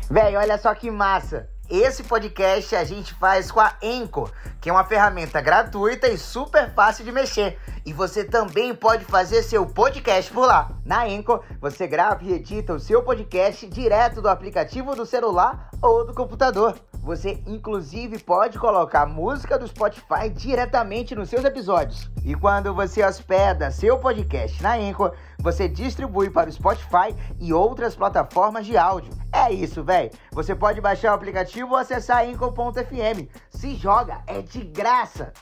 Véi, olha só que massa. Esse podcast a gente faz com a Anchor, que é uma ferramenta gratuita e super fácil de mexer. E você também pode fazer seu podcast por lá. Na Anchor, você grava e edita o seu podcast direto do aplicativo do celular ou do computador. Você, inclusive, pode colocar música do Spotify diretamente nos seus episódios. E quando você hospeda seu podcast na Anchor, você distribui para o Spotify e outras plataformas de áudio. É isso, velho. Você pode baixar o aplicativo ou acessar anchor.fm. Se joga, é de graça.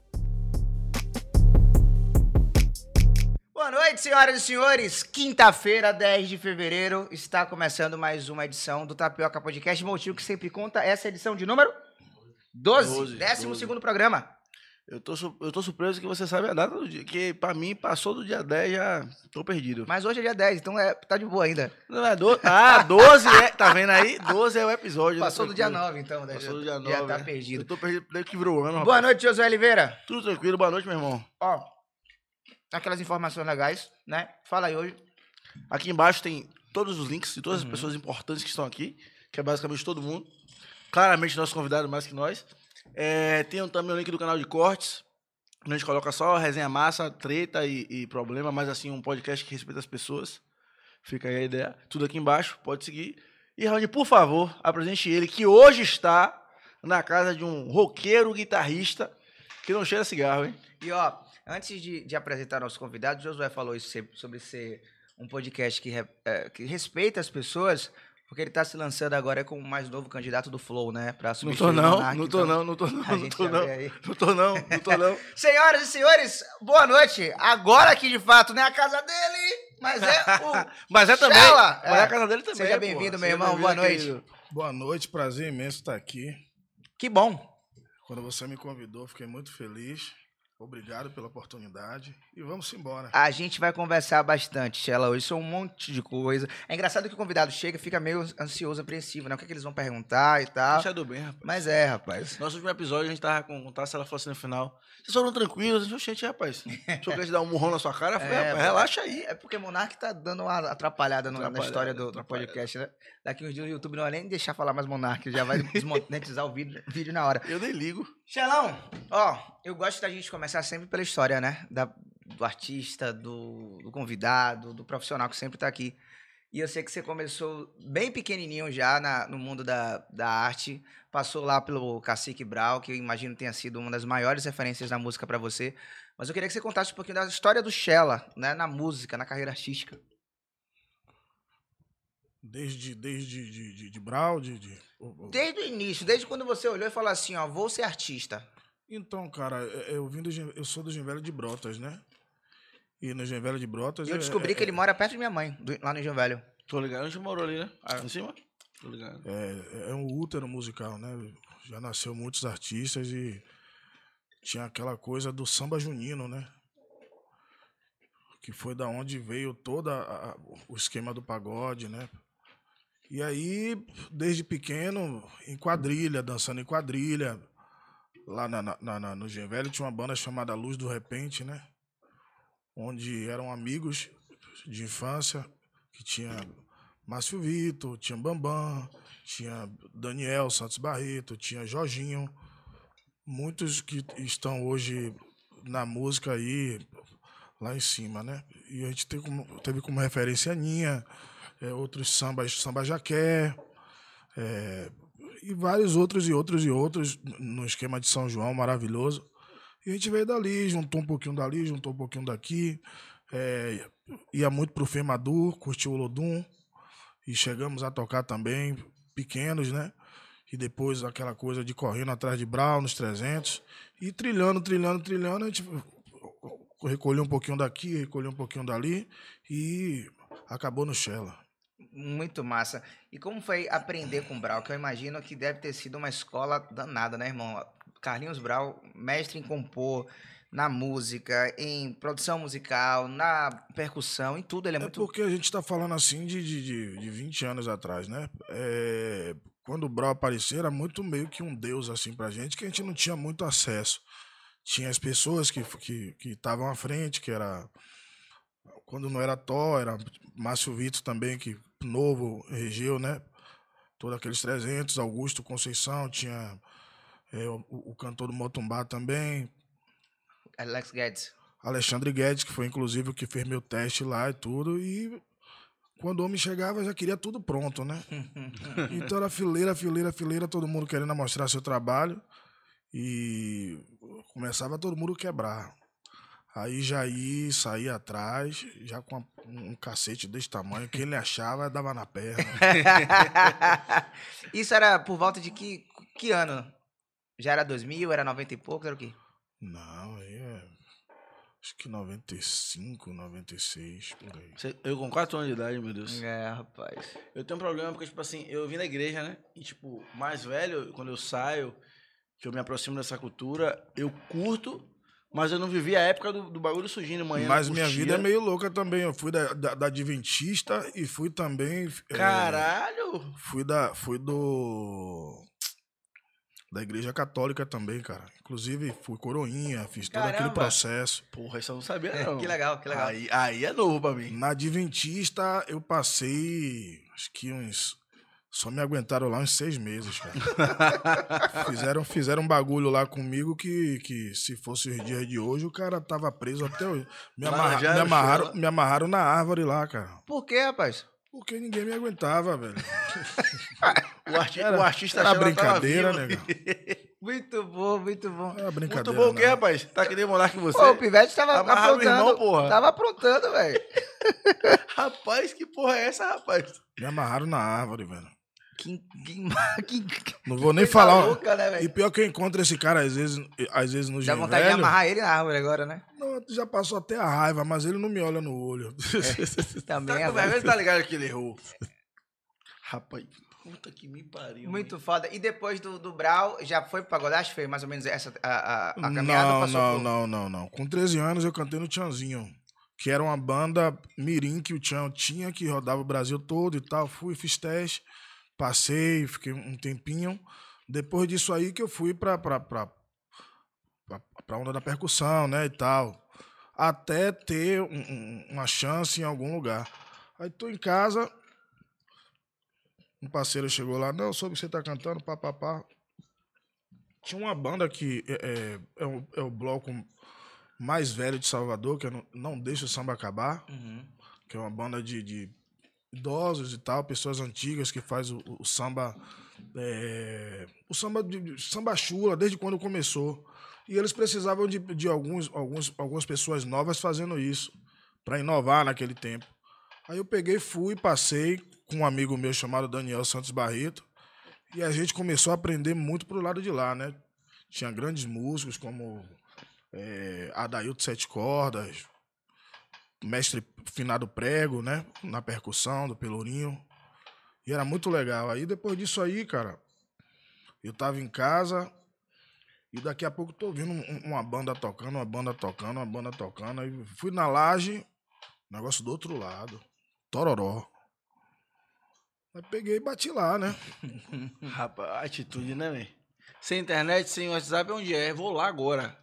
Boa noite, senhoras e senhores. Quinta-feira, 10 de fevereiro, está começando mais uma edição do Tapioca Podcast. Motivo que sempre conta essa edição de número 12. 12º programa. Eu tô surpreso que você sabe a data do dia, que pra mim passou do dia 10, já tô perdido. Mas hoje é dia 10, então tá de boa ainda. Não é 12? Ah, 12 é, tá vendo aí? 12 é o episódio. Passou do dia 9, então. Passou do dia 9. Já tá perdido. Eu tô perdido desde que virou ano. Boa noite, Josué Oliveira. Tudo tranquilo, boa noite, meu irmão. Ó, aquelas informações legais, né? Fala aí hoje. Aqui embaixo tem todos os links de todas as pessoas importantes que estão aqui, que é basicamente todo mundo. Claramente nosso convidado mais que nós. Tem também o link do canal de cortes. A gente coloca só resenha massa, treta e problema, mas assim, um podcast que respeita as pessoas. Fica aí a ideia. Tudo aqui embaixo, pode seguir. E, Raoni, por favor, apresente ele, que hoje está na casa de um roqueiro guitarrista que não cheira cigarro, hein? E, ó, antes de apresentar nosso convidado, o Josué falou isso sobre ser um podcast que respeita as pessoas, porque ele tá se lançando agora como o mais novo candidato do Flow, né? Pra substituir o Monark. Não tô não. Senhoras e senhores, boa noite. Agora aqui, de fato, não é a casa dele, mas é o Mas é também. Shella. Mas é a casa dele também. Seja bem-vindo, meu irmão. Boa noite. Querido. Boa noite, prazer imenso estar aqui. Que bom. Quando você me convidou, fiquei muito feliz. Obrigado pela oportunidade e vamos embora. A gente vai conversar bastante, Shella, hoje sobre um monte de coisa. É engraçado que o convidado chega e fica meio ansioso, apreensivo, né? O que é que eles vão perguntar e tal. Deixa do bem, rapaz. Mas rapaz. Nosso último episódio, a gente tava com Tassi, ela falou assim no final, vocês foram tranquilos? A gente, rapaz, deixa eu dar um murrão na sua cara. Eu falei, rapaz, relaxa aí. É porque o Monark tá dando uma atrapalhada na história do podcast, né? Daqui uns dias o YouTube não vai nem deixar falar mais Monark, já vai desmonetizar o vídeo na hora. Eu nem ligo. Shellão, ó, eu gosto da gente começar sempre pela história, né? Do artista, do convidado, do profissional que sempre tá aqui. E eu sei que você começou bem pequenininho já no mundo da arte, passou lá pelo Cacique Brau, que eu imagino tenha sido uma das maiores referências da música pra você. Mas eu queria que você contasse um pouquinho da história do Shella, né? Na música, na carreira artística. Desde Brau, Desde o início, desde quando você olhou e falou assim, ó, vou ser artista. Então, cara, eu sou do Engenho Velho de Brotas, né? E no Engenho Velho de Brotas... Eu descobri que ele mora perto de minha mãe, lá no Engenho Velho. Tô ligado, a gente morou ali, né? Em cima? Tô ligado. É um útero musical, né? Já nasceu muitos artistas e tinha aquela coisa do samba junino, né? Que foi da onde veio todo o esquema do pagode, né? E aí, desde pequeno, em quadrilha, dançando em quadrilha. Lá no Engenho Velho tinha uma banda chamada Luz do Repente, né? Onde eram amigos de infância, que tinha Márcio Vitor, tinha Bambam, tinha Daniel Santos Barreto, tinha Jorginho. Muitos que estão hoje na música aí, lá em cima, né? E a gente teve como referência a Ninha, outros samba Jaqué, e vários outros no esquema de São João, maravilhoso. E a gente veio dali, juntou um pouquinho dali, juntou um pouquinho daqui, ia muito pro Femador, curtiu o Lodum, e chegamos a tocar também, pequenos, né? E depois aquela coisa de correndo atrás de Brau, nos 300, e trilhando, a gente recolheu um pouquinho daqui, recolheu um pouquinho dali, e acabou no Shella. Muito massa. E como foi aprender com o Brau? Que eu imagino que deve ter sido uma escola danada, né, irmão? Carlinhos Brau, mestre em compor, na música, em produção musical, na percussão, em tudo. Ele é muito... porque a gente está falando assim de 20 anos atrás, né? Quando o Brau apareceu, era muito meio que um deus assim pra gente, que a gente não tinha muito acesso. Tinha as pessoas que estavam à frente, que era... Quando não era Thó, era Márcio Vitor também, que novo regeu, né? Todos aqueles 300, Augusto Conceição, tinha o cantor do Motumbá também. Alex Guedes. Alexandre Guedes, que foi inclusive o que fez meu teste lá e tudo. E quando o homem chegava, já queria tudo pronto, né? Então era fileira, todo mundo querendo mostrar seu trabalho. E começava todo mundo quebrar. Aí Jair saía atrás, já com um cacete desse tamanho. Quem ele achava, dava na perna. Isso era por volta de que ano? Já era 2000, era 90 e poucos, era o quê? Não, aí acho que 95, 96, por aí. Eu com 4 anos de idade, meu Deus. Rapaz. Eu tenho um problema porque, tipo assim, eu vim da igreja, né? E, tipo, mais velho, quando eu saio, que eu me aproximo dessa cultura, eu curto, mas eu não vivi a época do bagulho surgindo amanhã. Mas minha vida é meio louca também. Eu fui da Adventista e fui também... Caralho! Fui da Igreja Católica também, cara. Inclusive, fui coroinha, fiz todo aquele processo. Porra, isso eu não sabia, não. Que legal. Aí é novo pra mim. Na Adventista, eu passei, acho que só me aguentaram lá uns 6 meses, cara. Fizeram um bagulho lá comigo que se fosse os dias de hoje, o cara tava preso até hoje. Me amarraram na árvore lá, cara. Por quê, rapaz? Porque ninguém me aguentava, velho. O artista era brincadeira, né, cara? Muito bom. Era brincadeira. Muito bom o quê, rapaz? Tá que nem Monark que você? Pô, o Pivete tava amarraram aprontando. O irmão, porra. Tava aprontando, velho. Rapaz, que porra é essa, rapaz? Me amarraram na árvore, velho. Não vou nem falar. Louca, né, e pior que eu encontro esse cara, às vezes no Dá vontade de amarrar ele na árvore agora, né? Não, já passou até a raiva, mas ele não me olha no olho. Também tá com vergonha, tá ligado que ele errou. Rapaz, puta que me pariu. Muito foda. E depois do Brau, já foi pro pagodagem? Foi mais ou menos essa a caminhada? Não. Com 13 anos eu cantei no Tchanzinho, que era uma banda mirim que o Tchan tinha, que rodava o Brasil todo e tal. Fui, fiz teste. Passei, fiquei um tempinho. Depois disso aí que eu fui pra onda da percussão, né, e tal. Até ter uma chance em algum lugar. Aí tô em casa, um parceiro chegou lá, não, soube que você tá cantando, papapá. Tinha uma banda que é o bloco mais velho de Salvador, que não deixa o samba acabar, que é uma banda de idosos e tal, pessoas antigas que faz o samba, samba chula, desde quando começou. E eles precisavam de algumas pessoas novas fazendo isso, para inovar naquele tempo. Aí eu peguei, fui, passei com um amigo meu chamado Daniel Santos Barreto, e a gente começou a aprender muito pro lado de lá, né? Tinha grandes músicos como Adailto Sete Cordas, mestre Finado Prego, né? Na percussão do Pelourinho. E era muito legal. Aí depois disso aí, cara, eu tava em casa e daqui a pouco tô ouvindo uma banda tocando. Aí fui na laje, negócio do outro lado. Tororó. Aí peguei e bati lá, né? Rapaz, atitude, né, velho? Sem internet, sem WhatsApp, onde é? Vou lá agora.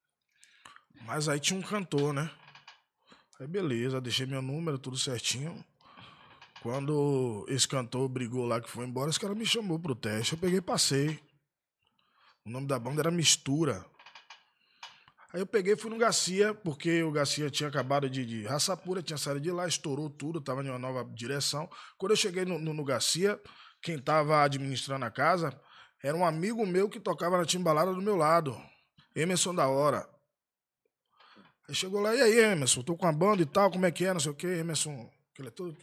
Mas aí tinha um cantor, né? Aí beleza, deixei meu número, tudo certinho. Quando esse cantor brigou lá que foi embora, esse cara me chamou pro teste. Eu peguei e passei. O nome da banda era Mistura. Aí eu peguei e fui no Garcia, porque o Garcia tinha acabado de Raça Pura, tinha saído de lá, estourou tudo, tava em uma nova direção. Quando eu cheguei no Garcia, quem tava administrando a casa era um amigo meu que tocava na timbalada do meu lado, Emerson da Hora. Aí chegou lá, e aí, Emerson, tô com a banda e tal, como é que é, não sei o quê, Emerson, aquele é todo...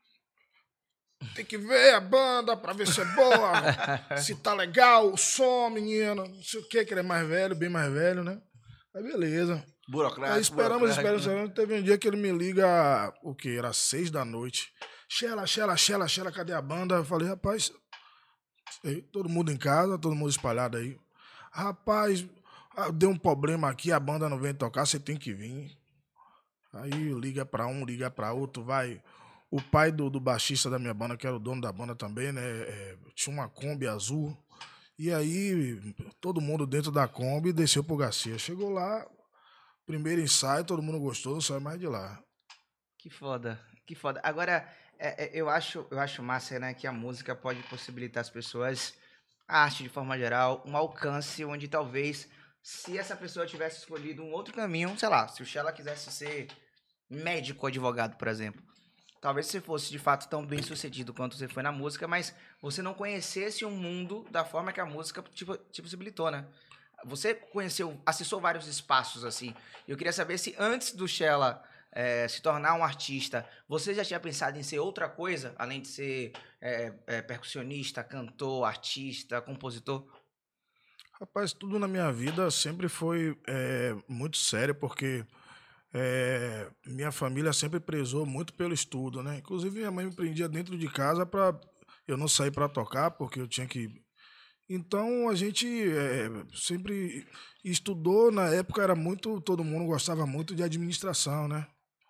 Tem que ver a banda pra ver se é boa, se tá legal, o som, menino, não sei o quê, que ele é mais velho, bem mais velho, né? Aí beleza. Burocrático. Aí esperamos. Teve um dia que ele me liga, o quê? Era 6 da noite. Xela, cadê a banda? Eu falei, rapaz, aí, todo mundo em casa, todo mundo espalhado aí. Rapaz, deu um problema aqui, a banda não vem tocar, você tem que vir. Aí liga pra um, liga pra outro, vai. O pai do baixista da minha banda, que era o dono da banda também, né? Tinha uma Kombi azul. E aí, todo mundo dentro da Kombi desceu pro Garcia. Chegou lá, primeiro ensaio, todo mundo gostou, não saiu mais de lá. Que foda, que foda. Agora, Eu acho massa, né, que a música pode possibilitar às pessoas, a arte de forma geral, um alcance onde talvez, se essa pessoa tivesse escolhido um outro caminho, sei lá, se o Xela quisesse ser médico ou advogado, por exemplo, talvez você fosse de fato tão bem sucedido quanto você foi na música, mas você não conhecesse um mundo da forma que a música te possibilitou, né? Você acessou vários espaços, assim. Eu queria saber se antes do Xela se tornar um artista, você já tinha pensado em ser outra coisa, além de ser percussionista, cantor, artista, compositor? Rapaz, tudo na minha vida sempre foi muito sério, porque minha família sempre prezou muito pelo estudo, né? Inclusive, minha mãe me prendia dentro de casa para eu não sair para tocar, porque eu tinha que. Então, a gente sempre estudou. Na época, era muito. Todo mundo gostava muito de administração, né?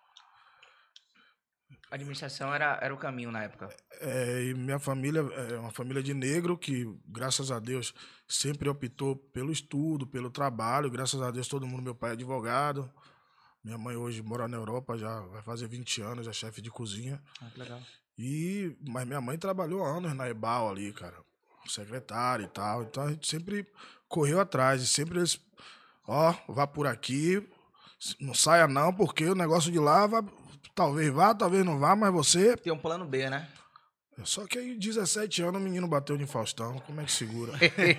A administração era o caminho na época. E minha família é uma família de negro que, graças a Deus, sempre optou pelo estudo, pelo trabalho. Graças a Deus, todo mundo, meu pai é advogado. Minha mãe hoje mora na Europa, já vai fazer 20 anos, é chefe de cozinha. Que legal. Mas minha mãe trabalhou anos na EBAL ali, cara, secretária e tal. Então a gente sempre correu atrás. E sempre eles, vá por aqui, não saia não, porque o negócio de lá, talvez vá, talvez não vá, mas você... Tem um plano B, né? Só que aí, 17 anos, o menino bateu de Faustão. Como é que segura?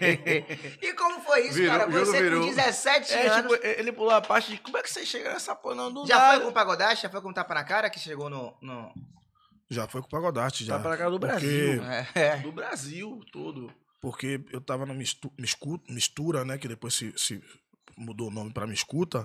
E como foi isso, cara? Você com 17 anos... Tipo, ele pulou a parte de como é que você chega nessa porra, não do Já nada. foi com o Pagodaste? Já foi com o Tapa na Cara que chegou no... Já foi com o Pagodaste, já. Tapa na Cara do Porque- Brasil. É. Do Brasil todo. Porque eu tava no Mistura, né? Que depois se mudou o nome pra Miscuta.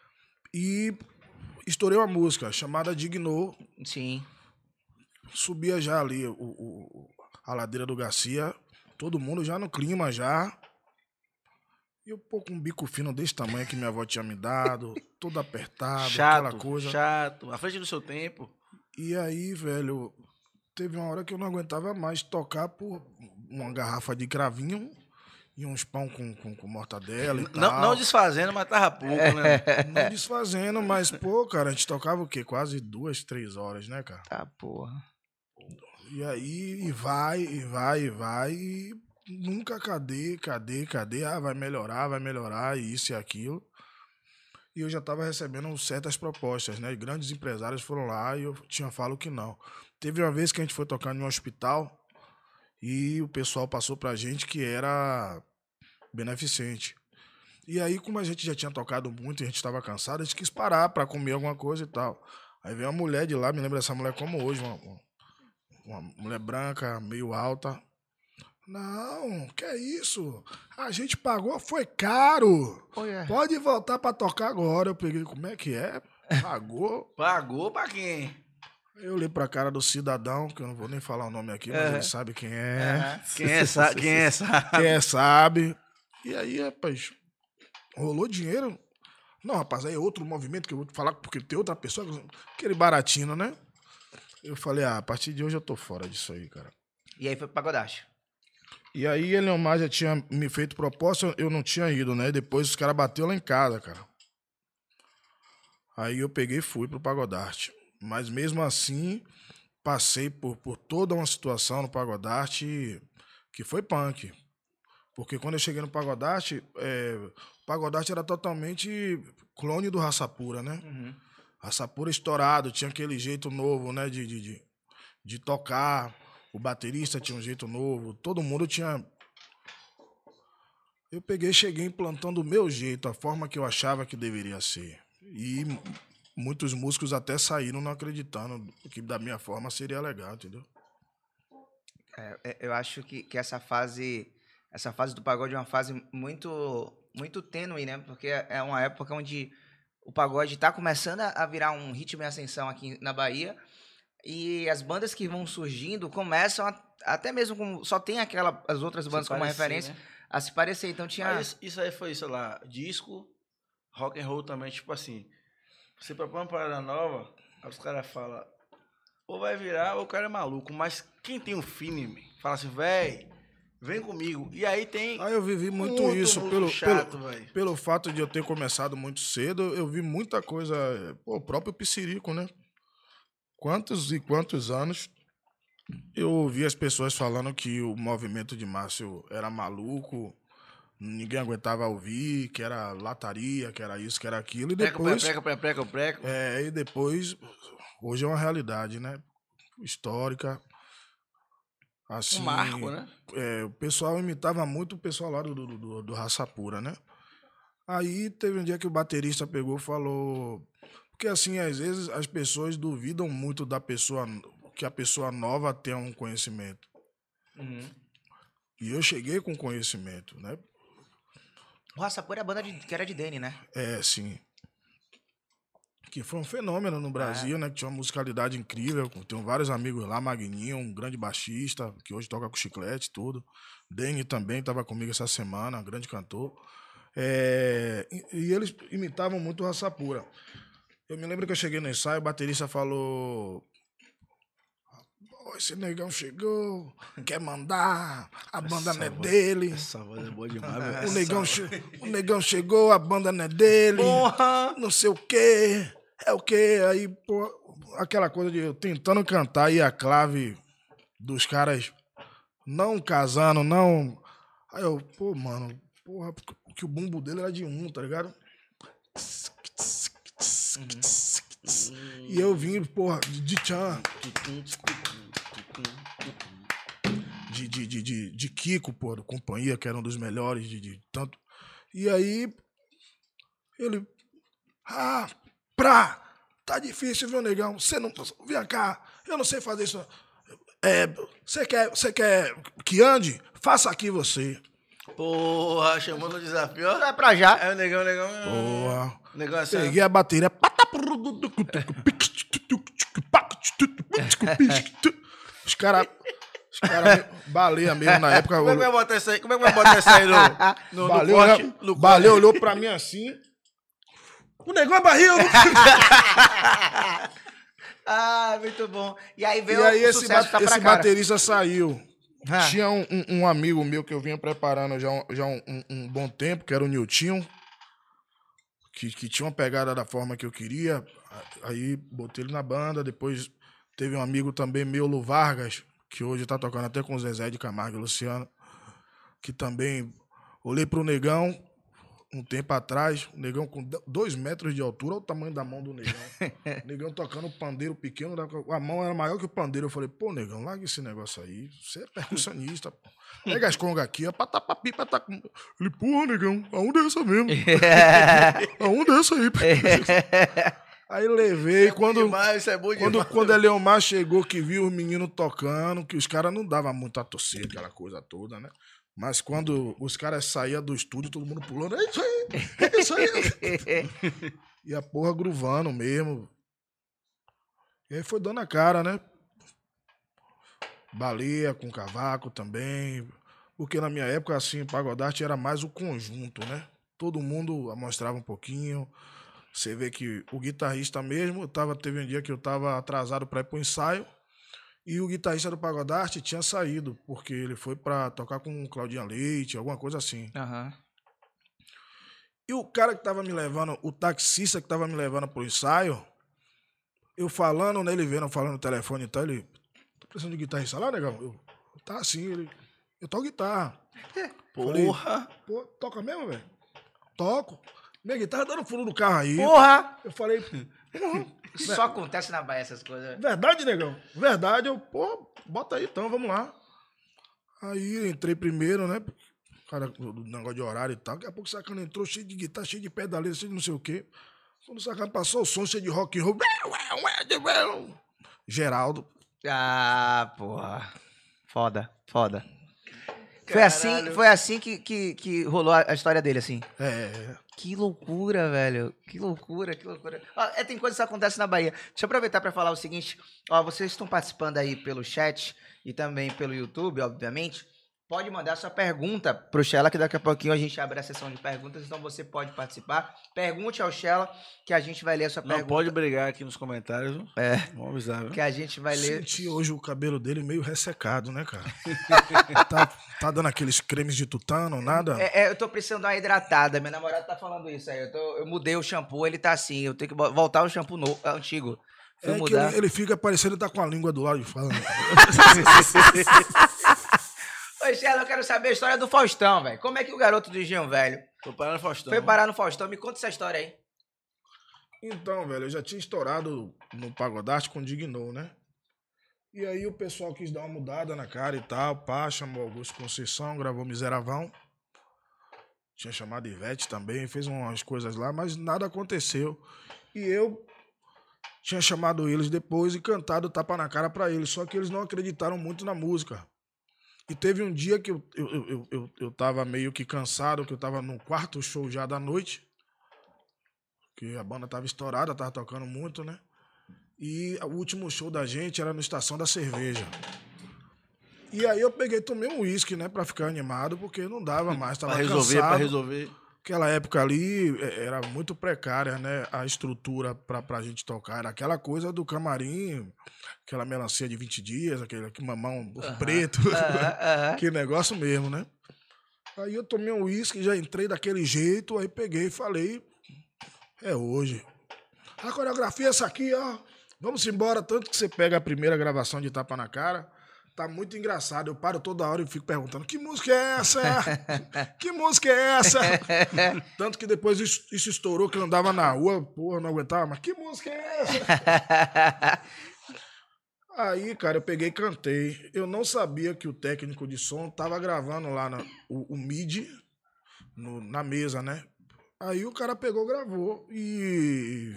E estourei uma música chamada Dignou. Sim. Subia já ali a ladeira do Garcia. Todo mundo já no clima, já. E eu, pô, com um bico fino desse tamanho que minha avó tinha me dado. Todo apertado, aquela coisa. chato. À frente do seu tempo. E aí, velho, teve uma hora que eu não aguentava mais tocar por uma garrafa de cravinho e uns pão com mortadela e tal. Não desfazendo, mas tava pouco, né? Não desfazendo, mas, pô, cara, a gente tocava o quê? Quase 2, 3 horas, né, cara? Tá, porra. E aí, e vai, e nunca cadê? Vai melhorar, e isso e aquilo. E eu já tava recebendo certas propostas, né? Grandes empresários foram lá e eu falo que não. Teve uma vez que a gente foi tocar em um hospital e o pessoal passou pra gente que era beneficente. E aí, como a gente já tinha tocado muito e a gente tava cansado, a gente quis parar pra comer alguma coisa e tal. Aí veio uma mulher de lá, me lembro dessa mulher como hoje, uma mulher branca, meio alta. Não, que é isso? A gente pagou, foi caro. Pode voltar pra tocar agora. Eu peguei, como é que é? Pagou? Pagou pra quem? Eu olhei pra cara do cidadão, que eu não vou nem falar o nome aqui, mas ele sabe quem é. Quem é, sabe? Quem é, sabe. E aí, rapaz, rolou dinheiro. Não, rapaz, aí é outro movimento que eu vou te falar, porque tem outra pessoa, aquele baratino, né? Eu falei, a partir de hoje eu tô fora disso aí, cara. E aí foi pro Pagodaste. E aí, Eleomar já tinha me feito proposta, eu não tinha ido, né? Depois os caras bateram lá em casa, cara. Aí eu peguei e fui pro Pagodaste. Mas mesmo assim, passei por toda uma situação no Pagodaste que foi punk. Porque quando eu cheguei no Pagodaste, o Pagodaste era totalmente clone do Raça Pura, né? Uhum. Raça Pura estourado, tinha aquele jeito novo, né? De tocar. O baterista tinha um jeito novo, todo mundo tinha... Eu cheguei implantando o meu jeito, a forma que eu achava que deveria ser. E muitos músicos até saíram não acreditando que da minha forma seria legal, entendeu? Eu acho que essa fase do pagode é uma fase muito, muito tênue, né? Porque é uma época onde o pagode está começando a virar um ritmo em ascensão aqui na Bahia. E as bandas que vão surgindo começam até mesmo com... Só tem as outras bandas como referência, né? A se parecer. Então tinha... Isso aí foi, sei lá, disco, rock and roll também, tipo assim. Você propõe uma parada nova, aí os caras falam, ou vai virar ou o cara é maluco. Mas quem tem um feeling, fala assim, véi, vem comigo. E aí tem... Aí eu vivi muito isso. Muito pelo fato de eu ter começado muito cedo, eu vi muita coisa... Pô, o próprio Pissirico, né? quantos e quantos anos eu ouvi as pessoas falando que o movimento de Márcio era maluco, ninguém aguentava ouvir, que era lataria, que era isso, que era aquilo. E depois... Preco. E depois... Hoje é uma realidade, né? Histórica. Assim, Um marco, né? O pessoal imitava muito o pessoal lá do Raça Pura, né? Aí teve um dia que o baterista pegou e falou... Porque assim, às vezes as pessoas duvidam muito da pessoa... Que a pessoa nova tenha um conhecimento. Uhum. E eu cheguei com conhecimento, né? O Raça Pura é a banda que era de Dene, né? Sim. Que foi um fenômeno no Brasil, né? Que tinha uma musicalidade incrível. Tenho vários amigos lá, Magninho, um grande baixista, que hoje toca com Chiclete e tudo. Dene também estava comigo essa semana, um grande cantor. E eles imitavam muito o Raça Pura. Eu me lembro que eu cheguei no ensaio, o baterista falou... Esse negão chegou, quer mandar, a banda não é dele. Essa voz é boa demais, velho. O negão chegou, a banda não é dele. Porra! Não sei o quê. É o quê? Aí, pô, aquela coisa de eu tentando cantar e a clave dos caras não casando, não. Aí eu, pô, mano, porra, porque o bumbo dele era de tá ligado? E eu vim, porra, de tchan. De Kiko, pô, do Companhia, que era um dos melhores de tanto. E aí, ele... Tá difícil, viu, negão? Você não... Vem cá, eu não sei fazer isso. Você quer que ande? Faça aqui você. Porra, chamou no desafio, ó. Vai pra já. É o negão. Porra. Negão assim. Peguei a bateria. Os caras baleia mesmo na época. Como é que vai botar isso aí? Como é que vai botar isso aí no corte? Baleia olhou pra mim assim. O negão é barril. Muito bom. E aí veio o sucesso tá pra esse cara. baterista saiu. Tinha um amigo meu que eu vinha preparando já um bom tempo, que era o Niltinho, que tinha uma pegada da forma que eu queria. Aí botei ele na banda. Depois teve um amigo também meu, Lu Vargas, que hoje tá tocando até com o Zezé de Camargo e Luciano, que também olhei pro negão um tempo atrás, o negão com 2 metros de altura, olha o tamanho da mão do negão. O negão tocando pandeiro pequeno, a mão era maior que o pandeiro. Eu falei, pô, negão, larga esse negócio aí, você é percussionista, pô. Pega as congas aqui, ó, patapapi, patacum. Ele, porra, negão, aonde é essa mesmo? Aonde é essa aí? Aí levei, quando a Leomar chegou, que viu os meninos tocando, que os caras não davam muito a torcer, aquela coisa toda, né? Mas quando os caras saíam do estúdio, todo mundo pulando, é isso aí, é isso aí. E a porra gruvando mesmo. E aí foi dando a cara, né? Baleia com cavaco também. Porque na minha época, assim, Pagodarte era mais o conjunto, né? Todo mundo mostrava um pouquinho. Você vê que o guitarrista mesmo, teve um dia que eu tava atrasado para ir pro ensaio. E o guitarrista do Pagodarte tinha saído, porque ele foi pra tocar com Claudinha Leite, alguma coisa assim. Uhum. E o cara que tava me levando, o taxista que tava me levando pro ensaio, eu falando, né, ele vendo, falando no telefone e tal, ele, tá precisando de guitarrista lá, negão? Eu, tá assim, ele, eu toco guitarra. Porra! Falei, pô, toca mesmo, velho? Toco. Minha guitarra dando fundo no carro aí. Porra! Eu falei, porra. Só acontece na Bahia essas coisas. Verdade, negão? Verdade. Eu, pô, bota aí então, vamos lá. Aí eu entrei primeiro, né? Cara, do negócio de horário e tal. Daqui a pouco o sacana entrou cheio de guitarra, cheio de pedaleira, cheio de não sei o quê. Quando o sacana passou o som cheio de rock and roll. Geraldo. Porra. Foda. Foi assim que rolou a história dele, assim. Que loucura, velho. Que loucura. Ó, tem coisas que acontecem na Bahia. Deixa eu aproveitar para falar o seguinte. Ó, vocês estão participando aí pelo chat e também pelo YouTube, obviamente. Pode mandar sua pergunta pro Xela, que daqui a pouquinho a gente abre a sessão de perguntas, então você pode participar. Pergunte ao Xela, que a gente vai ler a sua pergunta. Não pode brigar aqui nos comentários, viu? Vamos avisar, viu? Que a gente vai ler. Senti hoje o cabelo dele meio ressecado, né, cara? tá dando aqueles cremes de tutano, nada? Eu tô precisando dar uma hidratada. Minha namorada tá falando isso aí. Eu mudei o shampoo, ele tá assim. Eu tenho que voltar ao shampoo novo, antigo. Foi É que mudar. ele fica parecendo que tá com a língua do lado de fala. Ô, Sheldon, eu quero saber a história do Faustão, velho. Como é que o garoto do Engenho Velho Foi parar no Faustão. foi parar no Faustão? Me conta essa história aí. Então, velho, eu já tinha estourado no Pagodarte com Dignou, né? E aí o pessoal quis dar uma mudada na cara e tal. Pá, chamou Augusto Conceição, gravou Miseravão. Tinha chamado Ivete também, fez umas coisas lá, mas nada aconteceu. E eu tinha chamado eles depois e cantado Tapa na Cara pra eles, só que eles não acreditaram muito na música. E teve um dia que eu tava meio que cansado, que eu tava no quarto show já da noite, que a banda tava estourada, tava tocando muito, né? E o último show da gente era no Estação da Cerveja. E aí eu peguei, tomei um uísque, né, pra ficar animado, porque não dava mais, tava Pra cansado. resolver. Aquela época ali era muito precária, né? A estrutura pra gente tocar. Era aquela coisa do camarim, aquela melancia de 20 dias, aquele mamão preto. Que negócio mesmo, né? Aí eu tomei um uísque, já entrei daquele jeito, aí peguei e falei, é hoje. A coreografia é essa aqui, ó. Vamos embora. Tanto que você pega a primeira gravação de Tapa na Cara, tá muito engraçado. Eu paro toda hora e fico perguntando, que música é essa? Que música é essa? Tanto que depois isso estourou, que eu andava na rua, porra, não aguentava, mas que música é essa? Aí, cara, eu peguei e cantei. Eu não sabia que o técnico de som tava gravando lá o MIDI na mesa, né? Aí o cara pegou, gravou e...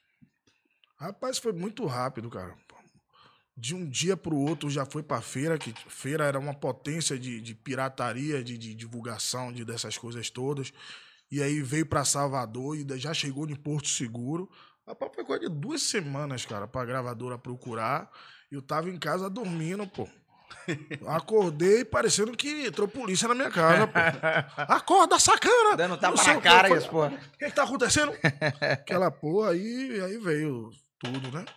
Rapaz, foi muito rápido, cara. De um dia pro outro já foi pra feira, que feira era uma potência de pirataria, de divulgação dessas coisas todas. E aí veio pra Salvador e já chegou em Porto Seguro. Rapaz, foi coisa de 2 semanas, cara, pra gravadora procurar. Eu tava em casa dormindo, pô. Acordei parecendo que entrou polícia na minha casa, pô. Acorda, sacana! Dando tapa na cara isso, pô. O que tá acontecendo? Aquela porra aí veio tudo, né?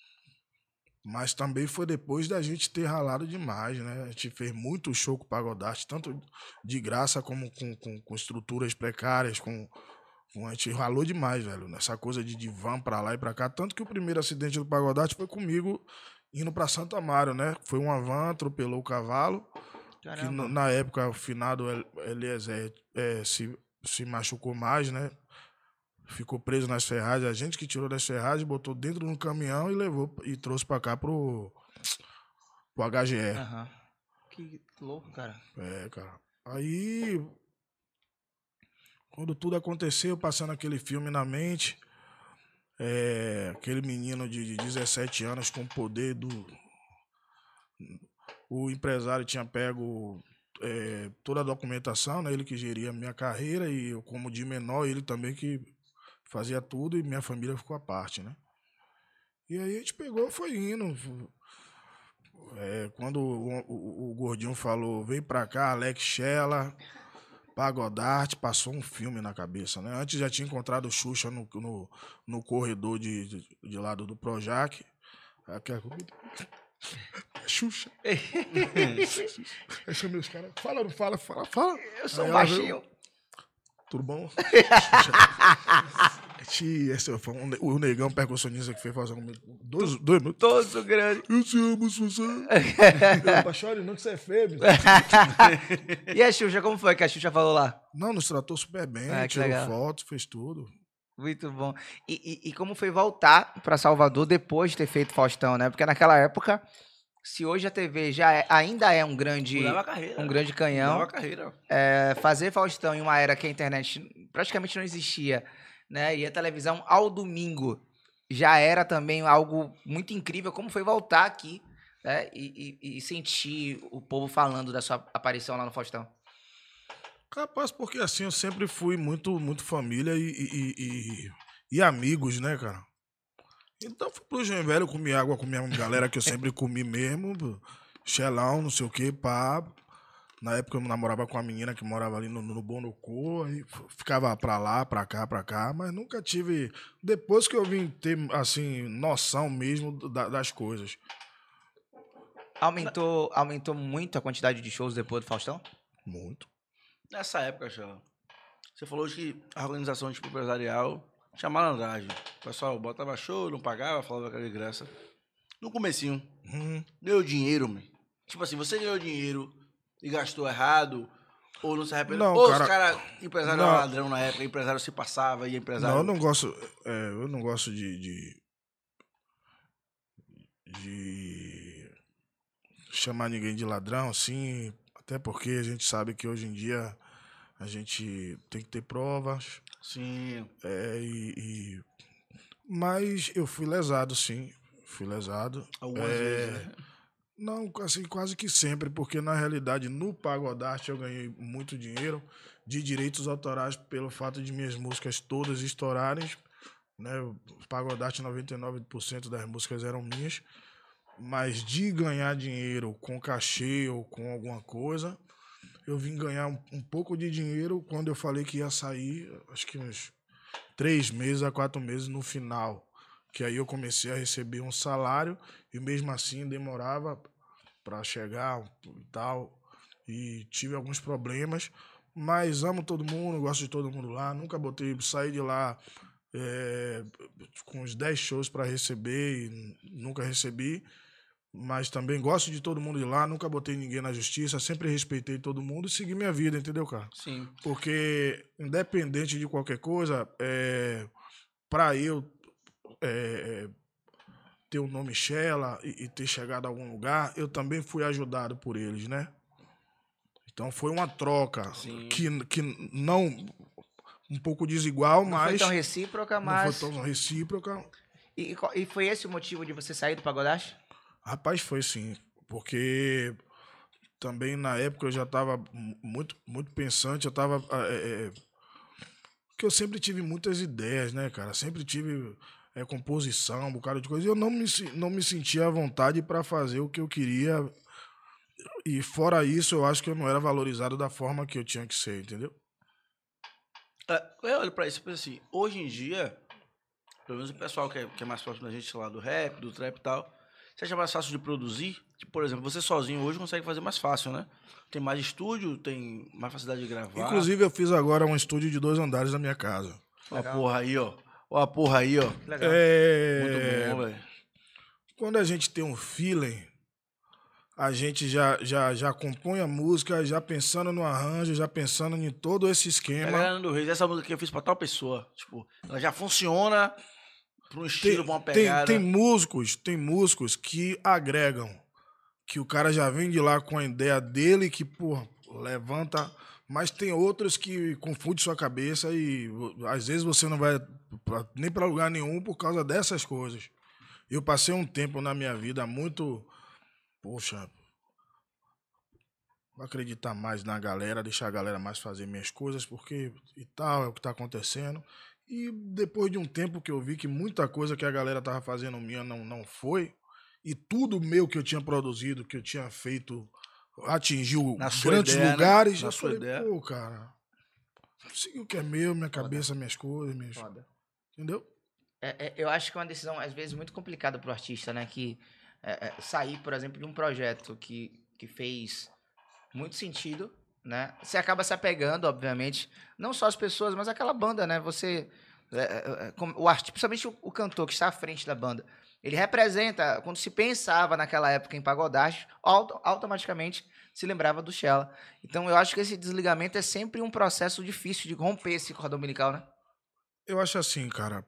Mas também foi depois da gente ter ralado demais, né? A gente fez muito show com o Pagodarte, tanto de graça como com estruturas precárias, a gente ralou demais, velho, nessa coisa de van pra lá e pra cá. Tanto que o primeiro acidente do Pagodarte foi comigo indo pra Santo Amaro, né? Foi uma van, atropelou o cavalo. Caramba. Que na época o finado Eliezer se machucou mais, né? Ficou preso nas ferragens. A gente que tirou das ferragens, botou dentro de um caminhão e levou e trouxe pra cá pro HGE. Aham. Que louco, cara. É, cara. Aí, quando tudo aconteceu, passando aquele filme na mente, aquele menino de 17 anos com o poder do... O empresário tinha pego toda a documentação, né? Ele que geria a minha carreira e eu, como de menor, ele também que fazia tudo e minha família ficou à parte, né? E aí a gente pegou e foi indo. Quando o Gordinho falou, vem pra cá, Alex Chella, Pagodarte, passou um filme na cabeça, né? Antes já tinha encontrado o Xuxa no corredor de lado do Projac. Xuxa. Aí chamei os caras, fala, não fala, fala. Eu sou Aí um ela baixinho. veio, tudo bom? Esse foi o negão percussionista que fez fazer dois minutos. Todo grande. Eu te amo, Xuxa. Não chore não que você é feio. E a Xuxa, como foi que a Xuxa falou lá? Não, nos tratou super bem, Ah, que tirou legal. foto, fez tudo. Muito bom. E como foi voltar pra Salvador depois de ter feito Faustão, né? Porque naquela época, se hoje a TV ainda é um grande Mudava a carreira. canhão, Mudava a carreira. fazer Faustão em uma era que a internet praticamente não existia, né? E a televisão ao domingo já era também algo muito incrível. Como foi voltar aqui, né? E sentir o povo falando da sua aparição lá no Faustão? Capaz, porque assim, eu sempre fui muito, muito família e amigos, né, cara? Então fui pro Engenho Velho, comi água com minha galera que eu sempre comi mesmo, Xelão, não sei o que, pá. Na época eu namorava com uma menina que morava ali no Bonocô, aí ficava pra lá, pra cá, mas nunca tive... Depois que eu vim ter, assim, noção mesmo das coisas. Aumentou muito a quantidade de shows depois do Faustão? Muito. Nessa época, Xela, você falou que a organização tipo, empresarial Tinha malandragem. O pessoal botava show, não pagava, falava que era de graça. No comecinho, ganhou dinheiro, man. Tipo assim, você ganhou dinheiro e gastou errado, ou não se arrependeu? Não, Ou cara, os caras, empresário não. era ladrão na época, empresário se passava e empresário... Não, eu não gosto de chamar ninguém de ladrão, assim, até porque a gente sabe que hoje em dia a gente tem que ter provas. Sim. Mas eu fui lesado, sim. Fui lesado. Algumas vezes, né? Não, assim, quase que sempre, porque na realidade no Pagodarte eu ganhei muito dinheiro de direitos autorais pelo fato de minhas músicas todas estourarem, né? O Pagodarte 99% das músicas eram minhas, mas de ganhar dinheiro com cachê ou com alguma coisa, eu vim ganhar um pouco de dinheiro quando eu falei que ia sair, acho que uns 3 meses a 4 meses no final. Que aí eu comecei a receber um salário e mesmo assim demorava para chegar e tal. E tive alguns problemas, mas amo todo mundo, gosto de todo mundo lá. Nunca saí de lá com uns 10 shows para receber e nunca recebi. Mas também gosto de todo mundo de lá, nunca botei ninguém na justiça, sempre respeitei todo mundo e segui minha vida, entendeu, cara? Sim. Porque, independente de qualquer coisa, para eu ter o nome Shella e ter chegado a algum lugar, eu também fui ajudado por eles, né? Então foi uma troca que não um pouco desigual, Não mas foi tão recíproca, mas... não foi tão recíproca. E foi esse o motivo de você sair do Pagodarte? Rapaz, foi sim, porque também na época eu já estava muito, muito pensante, eu estava... porque eu sempre tive muitas ideias, né, cara? Sempre tive composição, um bocado de coisa. E eu não me sentia à vontade para fazer o que eu queria. E fora isso, eu acho que eu não era valorizado da forma que eu tinha que ser, entendeu? Eu olho pra isso e penso assim, hoje em dia, pelo menos o pessoal que é mais próximo da gente, sei lá, do rap, do trap e tal, você acha mais fácil de produzir? Tipo, por exemplo, você sozinho hoje consegue fazer mais fácil, né? Tem mais estúdio, tem mais facilidade de gravar. Inclusive, eu fiz agora um estúdio de 2 andares na minha casa. Ó a porra aí, ó. Ó a porra aí, ó. Legal. Muito bom, velho. Quando a gente tem um feeling, a gente já compõe a música, já pensando no arranjo, já pensando em todo esse esquema. Galera do Reis, essa música que eu fiz pra tal pessoa. Tipo, ela já funciona pra um estilo, pra uma pegada. Tem músicos que agregam. Que o cara já vem de lá com a ideia dele, que, porra, levanta. Mas tem outros que confundem sua cabeça e às vezes você não vai nem pra lugar nenhum por causa dessas coisas. Eu passei um tempo na minha vida muito... Poxa, vou acreditar mais na galera, deixar a galera mais fazer minhas coisas, porque e tal, é o que tá acontecendo. E depois de um tempo que eu vi que muita coisa que a galera tava fazendo minha não foi, e tudo meu que eu tinha produzido, que eu tinha feito, atingiu grandes ideia, lugares, né? eu falei, pô, cara, segui o que é meu, minha cabeça, minhas coisas, Foda. entendeu? Eu acho que é uma decisão, às vezes, muito complicada pro artista, né? Que sair, por exemplo, de um projeto que fez muito sentido, né? Você acaba se apegando, obviamente, não só as pessoas, mas aquela banda, né? Você, o artista, principalmente o cantor que está à frente da banda, ele representa, quando se pensava naquela época em Pagodarte, automaticamente se lembrava do Shella. Então, eu acho que esse desligamento é sempre um processo difícil de romper esse cordão umbilical, né? Eu acho assim, cara,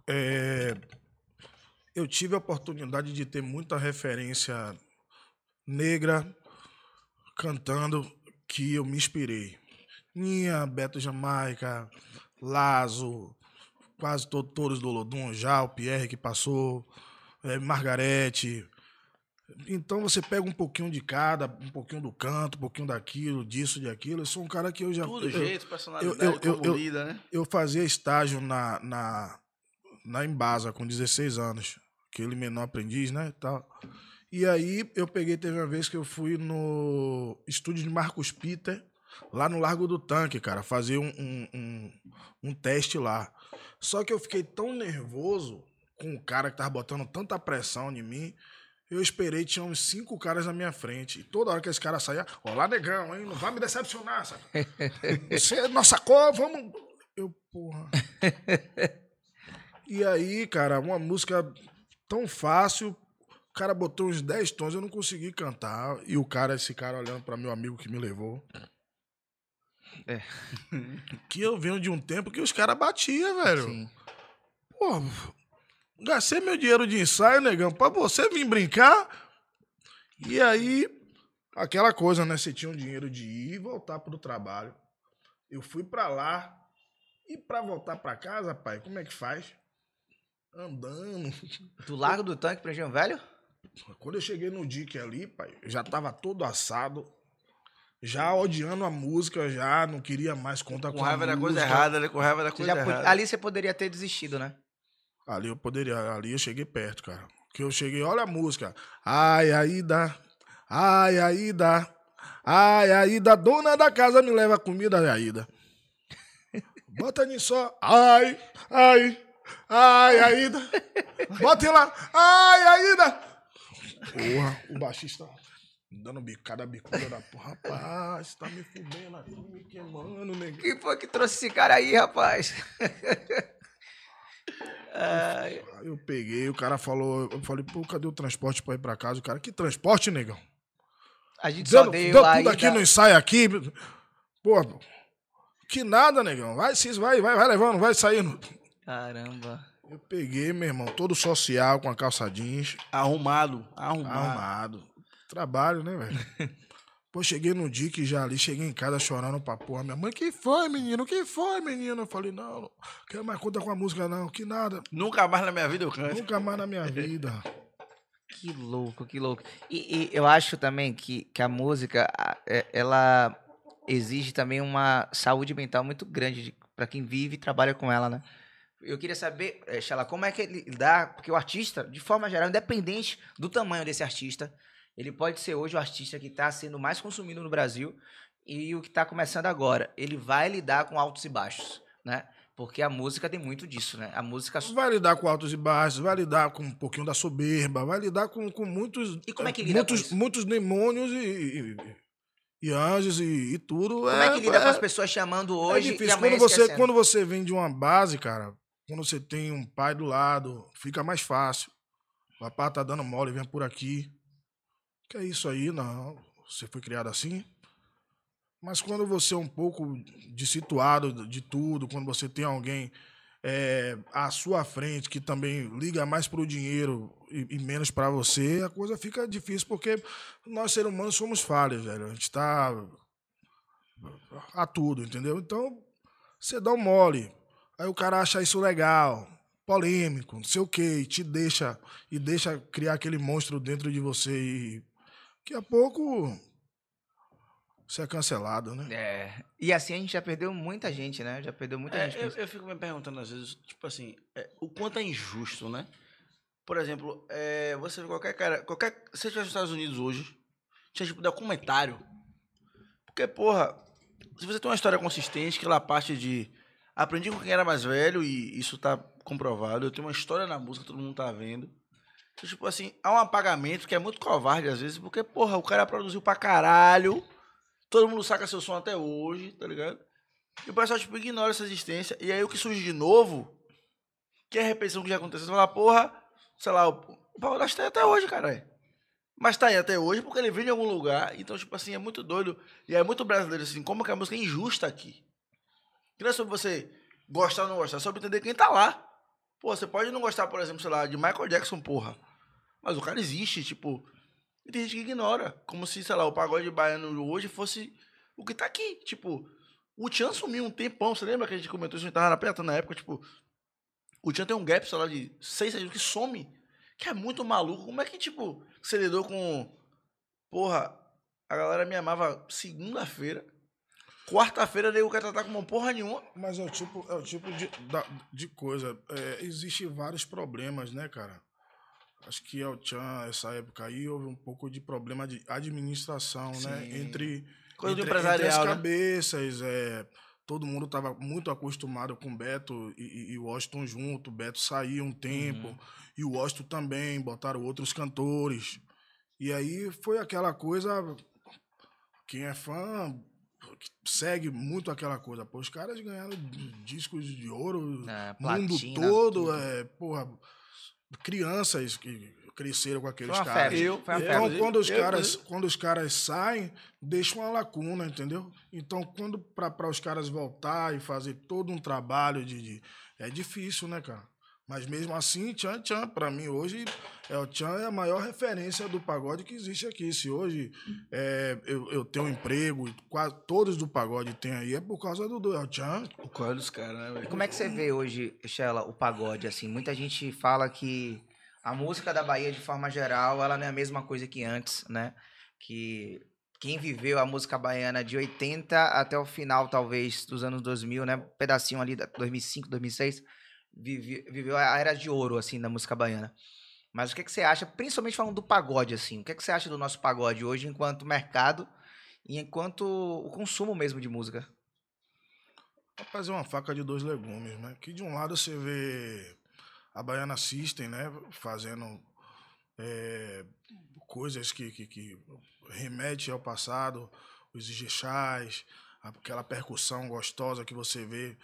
eu tive a oportunidade de ter muita referência negra cantando que eu me inspirei. Ninha, Beto Jamaica, Lazo, quase todos do Olodum já, o Pierre que passou, Margarete. Então você pega um pouquinho de cada, um pouquinho do canto, um pouquinho daquilo, disso, de aquilo. Eu sou um cara que eu já... Tudo, jeito, personalidade, como lida, né? Eu fazia estágio na Embasa com 16 anos. Aquele menor aprendiz, né, tal. E aí eu teve uma vez que eu fui no estúdio de Marcos Peter, lá no Largo do Tanque, cara, fazer um teste lá. Só que eu fiquei tão nervoso com o cara que tava botando tanta pressão em mim, eu esperei, tinha uns 5 caras na minha frente. E toda hora que esse cara saía, olá, negão, hein, não vai me decepcionar, sabe? Você é nossa cor, vamos... Eu, porra... E aí, cara, uma música tão fácil, o cara botou uns 10 tons, eu não consegui cantar. E esse cara olhando pra meu amigo que me levou. É. Que eu venho de um tempo que os caras batiam, velho. Sim. Pô, gastei meu dinheiro de ensaio, negão, pra você vir brincar. E aí, aquela coisa, né? Você tinha um dinheiro de ir e voltar pro trabalho. Eu fui pra lá. E pra voltar pra casa, pai, como é que faz? Andando. Do Largo do Tanque pra Engenho Velho? Quando eu cheguei no dique ali, pai, eu já tava todo assado. Já odiando a música, já não queria mais contar com a raiva da coisa música. errada, né? Com raiva da coisa errada. Ali você poderia ter desistido, né? Ali eu cheguei perto, cara. Que eu cheguei, olha a música. Ai, Aida, ai, Aida, ai, Aida, dona da casa me leva comida, Aida. Bota nisso só, ai, Aida. Bota lá, ai, Aida. Porra, o baixista dando bicada, bicuda da porra. Rapaz, tá me fudendo aqui, me queimando, nego. Quem foi que trouxe esse cara aí, rapaz? Aí eu peguei, o cara falou, eu falei, pô, cadê o transporte pra ir pra casa? O cara, que transporte, negão? A gente só Deu deu tudo aqui no ensaio aqui. Pô, que nada, negão. Vai levando, vai saindo. Caramba. Eu peguei, meu irmão, todo social, com a calça jeans. Arrumado. Trabalho, né, velho? Pô, cheguei no dia que já ali, cheguei em casa chorando pra porra. Minha mãe, que foi, menino? Que foi, menino? Eu falei, não quero mais conta com a música, não. Que nada. Nunca mais na minha vida eu canto. Nunca mais na minha vida. Que louco, que louco. E eu acho também que a música, ela exige também uma saúde mental muito grande para quem vive e trabalha com ela, né? Eu queria saber, Xalá, como é que ele dá, porque o artista, de forma geral, independente do tamanho desse artista, ele pode ser hoje o artista que está sendo mais consumido no Brasil e o que está começando agora. Ele vai lidar com altos e baixos, né? Porque a música tem muito disso, né? A música... Vai lidar com altos e baixos, vai lidar com um pouquinho da soberba, vai lidar com muitos... E como é que lida com isso? Muitos demônios e anjos e tudo. Como é que lida com as pessoas chamando hoje é e difícil. amanhã Quando você vem de uma base, cara, quando você tem um pai do lado, fica mais fácil. O papai tá dando mole, vem por aqui. Que é isso aí, não. Você foi criado assim. Mas quando você é um pouco dessituado de tudo, quando você tem alguém à sua frente que também liga mais pro dinheiro e menos para você, a coisa fica difícil, porque nós, seres humanos, somos falhas, velho. A gente tá a tudo, entendeu? Então, você dá um mole. Aí o cara acha isso legal, polêmico, não sei o quê, e deixa criar aquele monstro dentro de você e daqui a pouco você é cancelado, né? E assim a gente já perdeu muita gente, né? Já perdeu muita gente. Eu fico me perguntando às vezes, tipo assim, o quanto é injusto, né? Por exemplo, você vê se você estiver nos Estados Unidos hoje, tinha tipo documentário. Porque, porra, se você tem uma história consistente, que ela parte de aprendi com quem era mais velho, e isso tá comprovado, eu tenho uma história na música, todo mundo tá vendo. Então, tipo assim, há um apagamento que é muito covarde às vezes, porque, porra, o cara produziu pra caralho, todo mundo saca seu som até hoje, tá ligado? E o pessoal, tipo, ignora essa existência. E aí o que surge de novo, que é a repetição que já aconteceu, você fala, porra, sei lá, o Pagode tá aí até hoje, caralho. Mas tá aí até hoje porque ele vem de algum lugar. Então, tipo assim, é muito doido. E é muito brasileiro, assim, como que a música é injusta aqui. Que não é sobre você gostar ou não gostar, é sobre entender quem tá lá. Pô, você pode não gostar, por exemplo, sei lá, de Michael Jackson, porra. Mas o cara existe, tipo... E tem gente que ignora. Como se, sei lá, o pagode baiano hoje fosse o que tá aqui. Tipo, o Tchan sumiu um tempão. Você lembra que a gente comentou isso? A gente tava na perto na época, tipo... O Tchan tem um gap, sei lá, de 6 anos que some. Que é muito maluco. Como é que, tipo, você lidou com... Porra, a galera me amava segunda-feira. Quarta-feira, nego quer tratar como porra nenhuma. Mas é o tipo de coisa. Existem vários problemas, né, cara? Acho que El Chan, essa época aí, houve um pouco de problema de administração, Sim. né? Entre empresarial, as cabeças. Todo mundo estava muito acostumado com o Beto e o Washington junto. O Beto saiu um tempo. E o Washington também, botaram outros cantores. E aí foi aquela coisa... Quem é fã que segue muito aquela coisa. Pô, os caras ganharam discos de ouro, mundo platina, todo, tudo. porra, crianças que cresceram com aqueles Foi uma caras. febre. Foi uma febre. Então, quando os caras saem, deixa uma lacuna, entendeu? Então, quando para os caras voltar e fazer todo um trabalho é difícil, né, cara? Mas mesmo assim, Tchan, pra mim hoje, o Tchan é a maior referência do pagode que existe aqui. Se hoje eu tenho um emprego, quase todos do pagode tem aí, é por causa do El Tchan. O coro dos caras, né, E velho? como é que você vê hoje, Shella, o pagode, assim? Muita gente fala que a música da Bahia, de forma geral, ela não é a mesma coisa que antes, né? Que quem viveu a música baiana de 80 até o final, talvez, dos anos 2000, né? Um pedacinho ali, 2005, 2006, viveu a era de ouro, assim, da música baiana. Mas o que você acha, principalmente falando do pagode, assim, o que você acha do nosso pagode hoje enquanto mercado e enquanto o consumo mesmo de música? Rapaz, é uma faca de dois legumes, né? Que de um lado você vê a Baiana System, né? Fazendo coisas que remete ao passado, os ijexás, aquela percussão gostosa que você vê,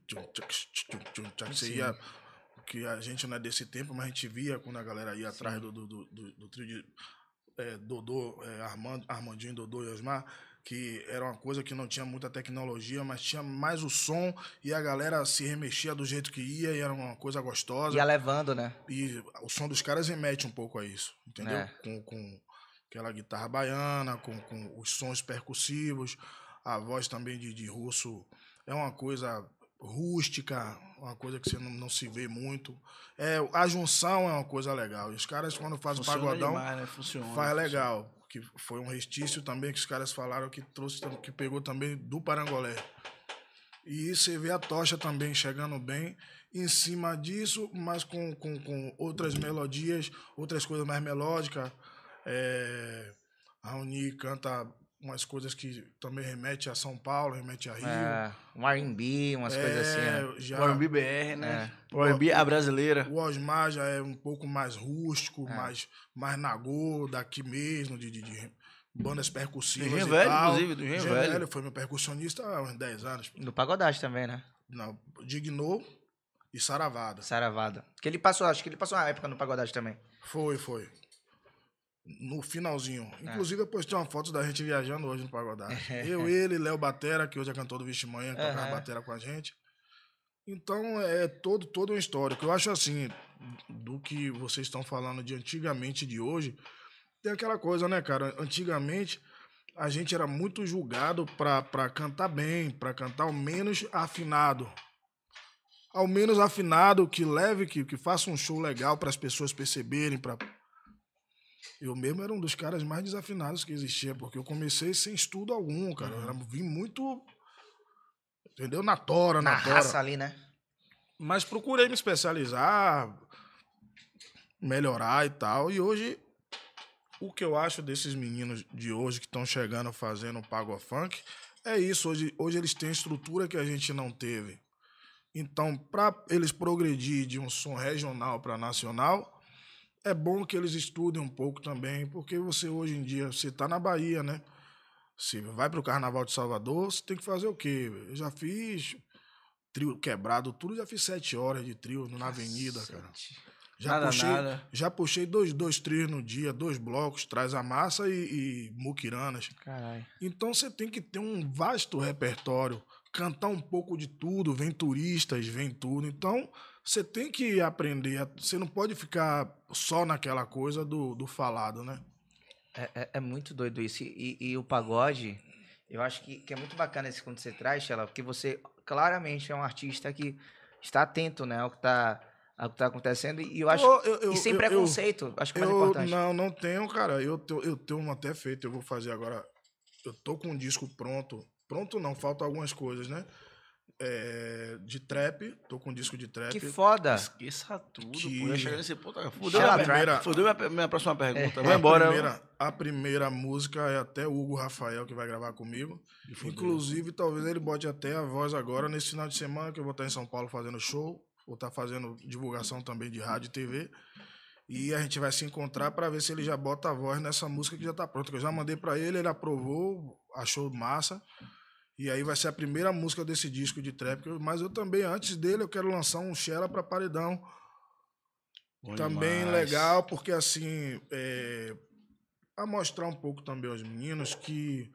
você ia, que a gente não é desse tempo, mas a gente via quando a galera ia atrás do trio de Dodô, Armandinho, Dodô e Osmar, que era uma coisa que não tinha muita tecnologia, mas tinha mais o som e a galera se remexia do jeito que ia e era uma coisa gostosa. Ia levando, né? E o som dos caras remete um pouco a isso, entendeu? Com aquela guitarra baiana, com os sons percussivos, a voz também de Russo é uma coisa rústica, uma coisa que você não se vê muito. A junção é uma coisa legal. E os caras, quando fazem pagodão, demais, né? Funciona. faz legal. Que foi um restício também que os caras falaram que pegou também do Parangolé. E você vê a tocha também chegando bem em cima disso, mas com outras melodias, outras coisas mais melódicas. A Raoni canta umas coisas que também remete a São Paulo, remete a Rio. Um R&B, umas coisas assim, né? O R&B BR, né? O R&B a brasileira. O Osmar já é um pouco mais rústico, mais nagô, daqui mesmo, de bandas percussivas do e Velho, tal. inclusive, do Engenho Velho. Foi meu percussionista há uns 10 anos. No Pagodagem também, né? Não, Dignou e Saravada. Saravada. Acho que ele passou uma época no Pagodagem também. Foi. No finalzinho. Inclusive, eu postei uma foto da gente viajando hoje no Pagodagem. Ele, Léo Batera, que hoje é cantor do Vixe Manhã, que tocava batera com a gente. Então, é todo um histórico. Eu acho assim, do que vocês estão falando de antigamente e de hoje, tem aquela coisa, né, cara? Antigamente, a gente era muito julgado pra cantar bem, pra cantar ao menos afinado. Ao menos afinado, que leve, que faça um show legal para as pessoas perceberem. Eu mesmo era um dos caras mais desafinados que existia, porque eu comecei sem estudo algum, cara. Eu vim muito, entendeu? Na tora. Raça ali, né? Mas procurei me especializar, melhorar e tal. E hoje, o que eu acho desses meninos de hoje que estão chegando fazendo Pago Funk é isso. Hoje eles têm estrutura que a gente não teve. Então, para eles progredir de um som regional para nacional, é bom que eles estudem um pouco também, porque você hoje em dia, você está na Bahia, né? Você vai para o Carnaval de Salvador, você tem que fazer o quê? Eu já fiz trio quebrado, tudo, já fiz 7 horas de trio na avenida, cara. Já puxei dois trios no dia, 2 blocos, Traz a Massa e Muquiranas. Caralho. Então você tem que ter um vasto repertório, cantar um pouco de tudo, vem turistas, vem tudo. Então você tem que aprender, você não pode ficar só naquela coisa do falado, né? É muito doido isso. E o pagode, eu acho que é muito bacana esse quando você traz, Shella, porque você claramente é um artista que está atento, né, ao que tá acontecendo. E eu acho. E sem preconceito, acho que é mais importante. Não tenho, cara. Eu tenho até feito, eu vou fazer agora. Eu tô com um disco pronto. Pronto não, faltam algumas coisas, né? De trap, tô com um disco de trap. Que foda! Esqueça tudo, pô. Ia chegar nesse ponto. Fudeu minha próxima pergunta. Vai embora. A primeira música é até o Hugo Rafael que vai gravar comigo. Inclusive, talvez ele bote até a voz agora nesse final de semana, que eu vou estar em São Paulo fazendo show. Vou estar fazendo divulgação também de rádio e TV. E a gente vai se encontrar para ver se ele já bota a voz nessa música que já tá pronta. Que eu já mandei para ele, ele aprovou, achou massa. E aí vai ser a primeira música desse disco de trap. Mas eu também, antes dele, eu quero lançar um Xela pra Paredão. Bom Também demais. legal, porque assim, a mostrar um pouco também aos meninos que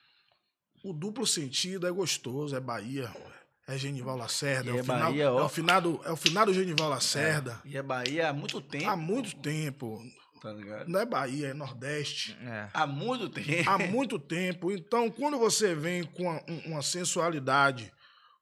o duplo sentido é gostoso, é Bahia, é Genival Lacerda, E é é o final, Bahia, ó. é o finado Genival Lacerda. E é Bahia há muito tempo. Há muito tempo. Tá ligado? Não é Bahia, é Nordeste. Há muito tempo. Há muito tempo. Então, quando você vem com uma sensualidade,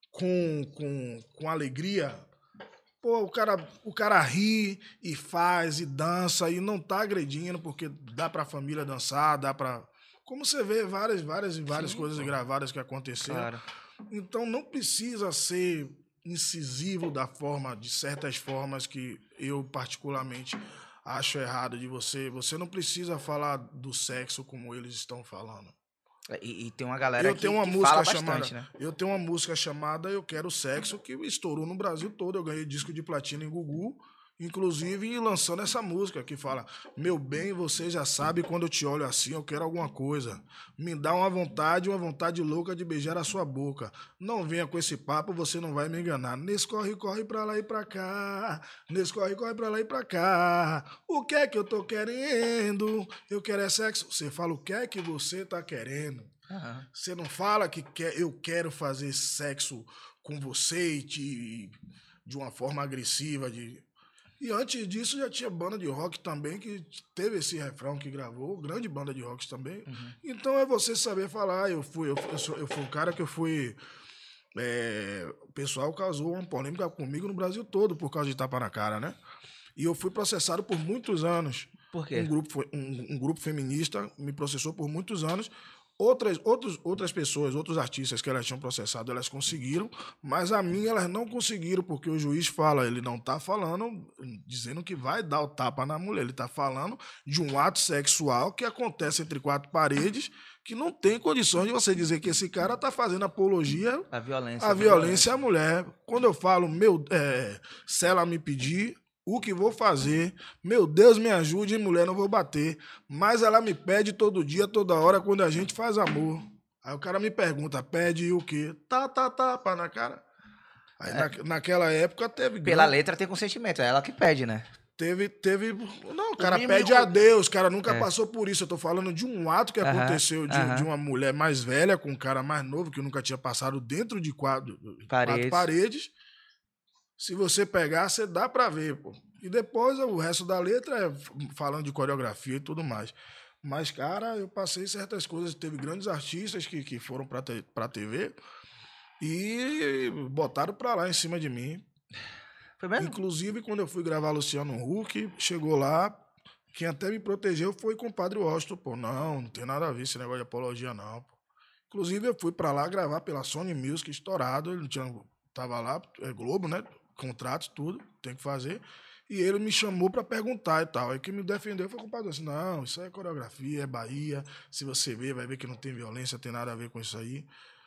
com alegria, pô, o cara ri e faz e dança e não tá agredindo, porque dá pra família dançar, dá pra... Como você vê várias coisas gravadas que aconteceram. Claro. Então não precisa ser incisivo de certas formas que eu particularmente acho errado de você. Você não precisa falar do sexo como eles estão falando. E tem uma galera Eu que, tenho uma que música fala chamada, bastante, né? eu tenho uma música chamada Eu Quero Sexo, que estourou no Brasil todo. Eu ganhei disco de platina em Gugu, inclusive lançando essa música que fala: meu bem, você já sabe, quando eu te olho assim, eu quero alguma coisa. Me dá uma vontade louca de beijar a sua boca. Não venha com esse papo, você não vai me enganar. Nesse corre, corre pra lá e pra cá. Nesse corre, corre pra lá e pra cá. O que é que eu tô querendo? Eu quero é sexo. Você fala o que é que você tá querendo. Aham. Você não fala que eu quero fazer sexo com você de uma forma agressiva. E antes disso já tinha banda de rock também que teve esse refrão que gravou, grande banda de rock também. Então é você saber falar. Eu fui um cara que eu fui... o pessoal causou uma polêmica comigo no Brasil todo por causa de tapa na cara, né? E eu fui processado por muitos anos. Por quê? Um grupo feminista me processou por muitos anos. Outras pessoas, outros artistas que elas tinham processado, elas conseguiram, mas a minha elas não conseguiram, porque o juiz fala, ele não está falando, dizendo que vai dar o tapa na mulher, ele está falando de um ato sexual que acontece entre quatro paredes, que não tem condições de você dizer que esse cara está fazendo apologia A violência. à violência à mulher. Quando eu falo, se ela me pedir, o que vou fazer? Meu Deus, me ajude, mulher, não vou bater. Mas ela me pede todo dia, toda hora, quando a gente faz amor. Aí o cara me pergunta, pede o quê? Tapa na cara. Aí naquela época teve... Pela letra tem consentimento, é ela que pede, né? Teve... Não, o cara mínimo pede a Deus, o cara nunca É. passou por isso. Eu tô falando de um ato que Aham, aconteceu de aham. uma mulher mais velha com um cara mais novo, que nunca tinha passado dentro de quatro paredes. Se você pegar, você dá pra ver, pô. E depois o resto da letra é falando de coreografia e tudo mais. Mas, cara, eu passei certas coisas. Teve grandes artistas que foram pra TV e botaram pra lá em cima de mim. Foi mesmo? Inclusive, quando eu fui gravar Luciano Huck, chegou lá, quem até me protegeu foi o compadre Washington, pô. Não tem nada a ver esse negócio de apologia, não, pô. Inclusive, eu fui pra lá gravar pela Sony Music, estourado. Ele tava lá, é Globo, né? Contratos, tudo, tem que fazer. E ele me chamou pra perguntar e tal. Aí quem me defendeu foi o compadre. Assim, não, isso é coreografia, é Bahia. Se você ver, vai ver que não tem violência, tem nada a ver com isso aí.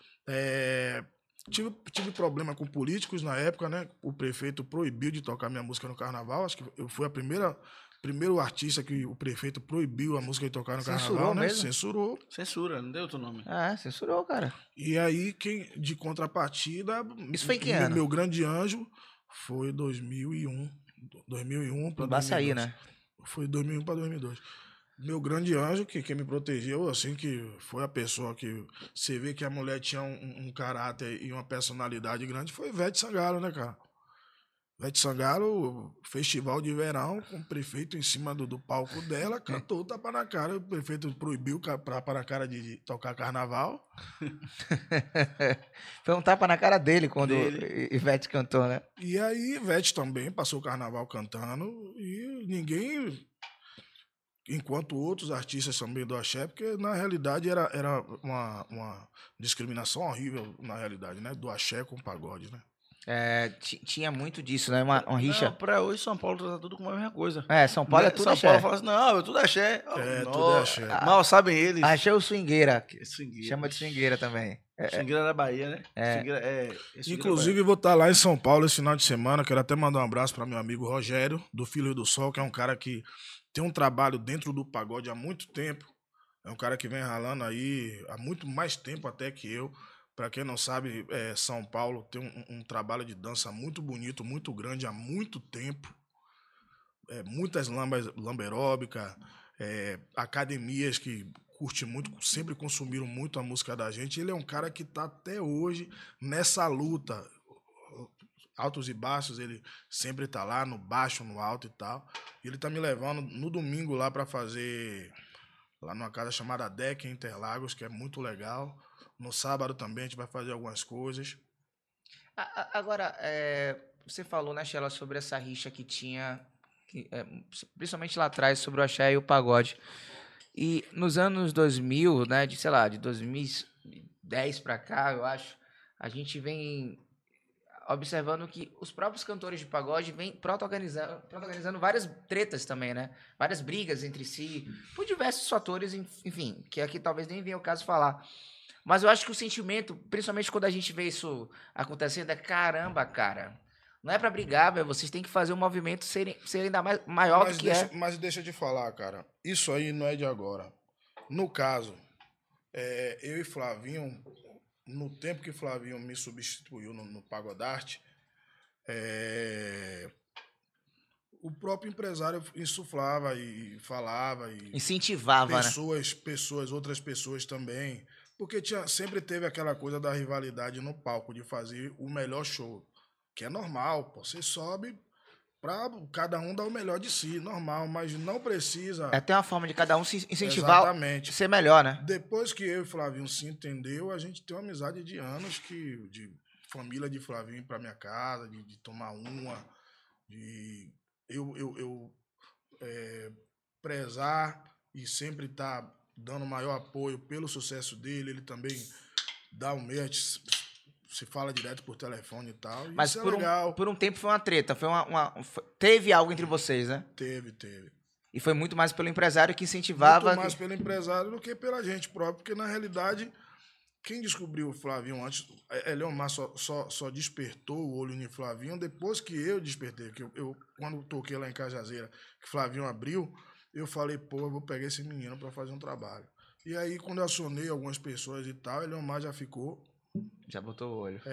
Tive problema com políticos na época, né? O prefeito proibiu de tocar minha música no carnaval. Acho que eu fui primeiro artista que o prefeito proibiu a música de tocar no Censurou carnaval, né? mesmo? Censurou. Censura, não deu outro nome. Censurou, cara. E aí, de contrapartida... Isso foi em que ano? Meu grande anjo foi 2001. 2001 para 2002. Baçaí, né? Foi 2001 para 2002. Meu grande anjo, que me protegeu, assim, que foi a pessoa que... Você vê que a mulher tinha um caráter e uma personalidade grande, foi Ivete Sangalo, né, cara? Ivete Sangalo, festival de verão, com o prefeito em cima do palco dela, cantou tapa na cara. O prefeito proibiu tapa na cara de tocar carnaval. Foi um tapa na cara dele quando Ivete cantou, né? E aí, Ivete também passou o carnaval cantando e ninguém... Enquanto outros artistas também do axé, porque na realidade era uma discriminação horrível, na realidade, né? Do axé com o pagode, né? Tinha muito disso, né? Uma rixa. Não, pra hoje São Paulo tá tudo com a mesma coisa. São Paulo é tudo São axé. Paulo fala assim, não, eu tudo axé. Tudo é axé. Mal sabem eles. Axé ou swingueira. Swingueira. Chama de swingueira também. Swingueira da Bahia, né? Swingueira Inclusive, vou estar lá em São Paulo esse final de semana. Quero até mandar um abraço para meu amigo Rogério, do Filho do Sol, que é um cara que tem um trabalho dentro do pagode há muito tempo. É um cara que vem ralando aí há muito mais tempo até que eu. Para quem não sabe, São Paulo tem um trabalho de dança muito bonito, muito grande há muito tempo. Muitas lamberóbica, academias que curtem muito, sempre consumiram muito a música da gente. Ele é um cara que está até hoje nessa luta. Altos e baixos, ele sempre está lá, no baixo, no alto e tal. E ele está me levando no domingo lá para fazer, lá numa casa chamada Deck em Interlagos, que é muito legal. No sábado também a gente vai fazer algumas coisas. Agora, você falou, né, Sheila, sobre essa rixa que tinha, principalmente lá atrás, sobre o axé e o pagode. E nos anos 2000, né, de 2010 para cá, eu acho, a gente vem observando que os próprios cantores de pagode vêm protagonizando várias tretas também, né? Várias brigas entre si, por diversos fatores, enfim, que aqui talvez nem venha o caso falar. Mas eu acho que o sentimento, principalmente quando a gente vê isso acontecendo, é caramba, cara. Não é pra brigar, velho. Vocês têm que fazer o movimento ser ainda maior do que é. Mas deixa eu te falar, cara. Isso aí não é de agora. No caso, eu e Flavinho, no tempo que Flavinho me substituiu no Pagodarte, o próprio empresário insuflava e falava. E incentivava, outras pessoas também. Porque sempre teve aquela coisa da rivalidade no palco, de fazer o melhor show. Que é normal, pô. Você sobe pra cada um dar o melhor de si, normal, mas não precisa... É até uma forma de cada um se incentivar a ser melhor, né? Depois que eu e Flavinho se entendeu, a gente tem uma amizade de anos, de família de Flavinho ir pra minha casa, de tomar uma, de eu prezar e sempre estar dando maior apoio pelo sucesso dele. Ele também dá um meio, se fala direto por telefone e tal. E mas isso é legal. Por um tempo foi uma treta, teve algo entre vocês, né? Teve. E foi muito mais pelo empresário que incentivava... Muito mais pelo empresário do que pela gente próprio, porque na realidade, quem descobriu o Flavinho antes, Leomar só despertou o olho em Flavinho depois que eu despertei. Que eu quando toquei lá em Cajazeira, que Flavinho abriu, eu falei, pô, eu vou pegar esse menino para fazer um trabalho. E aí, quando eu acionei algumas pessoas e tal, Leomar já ficou... Já botou o olho.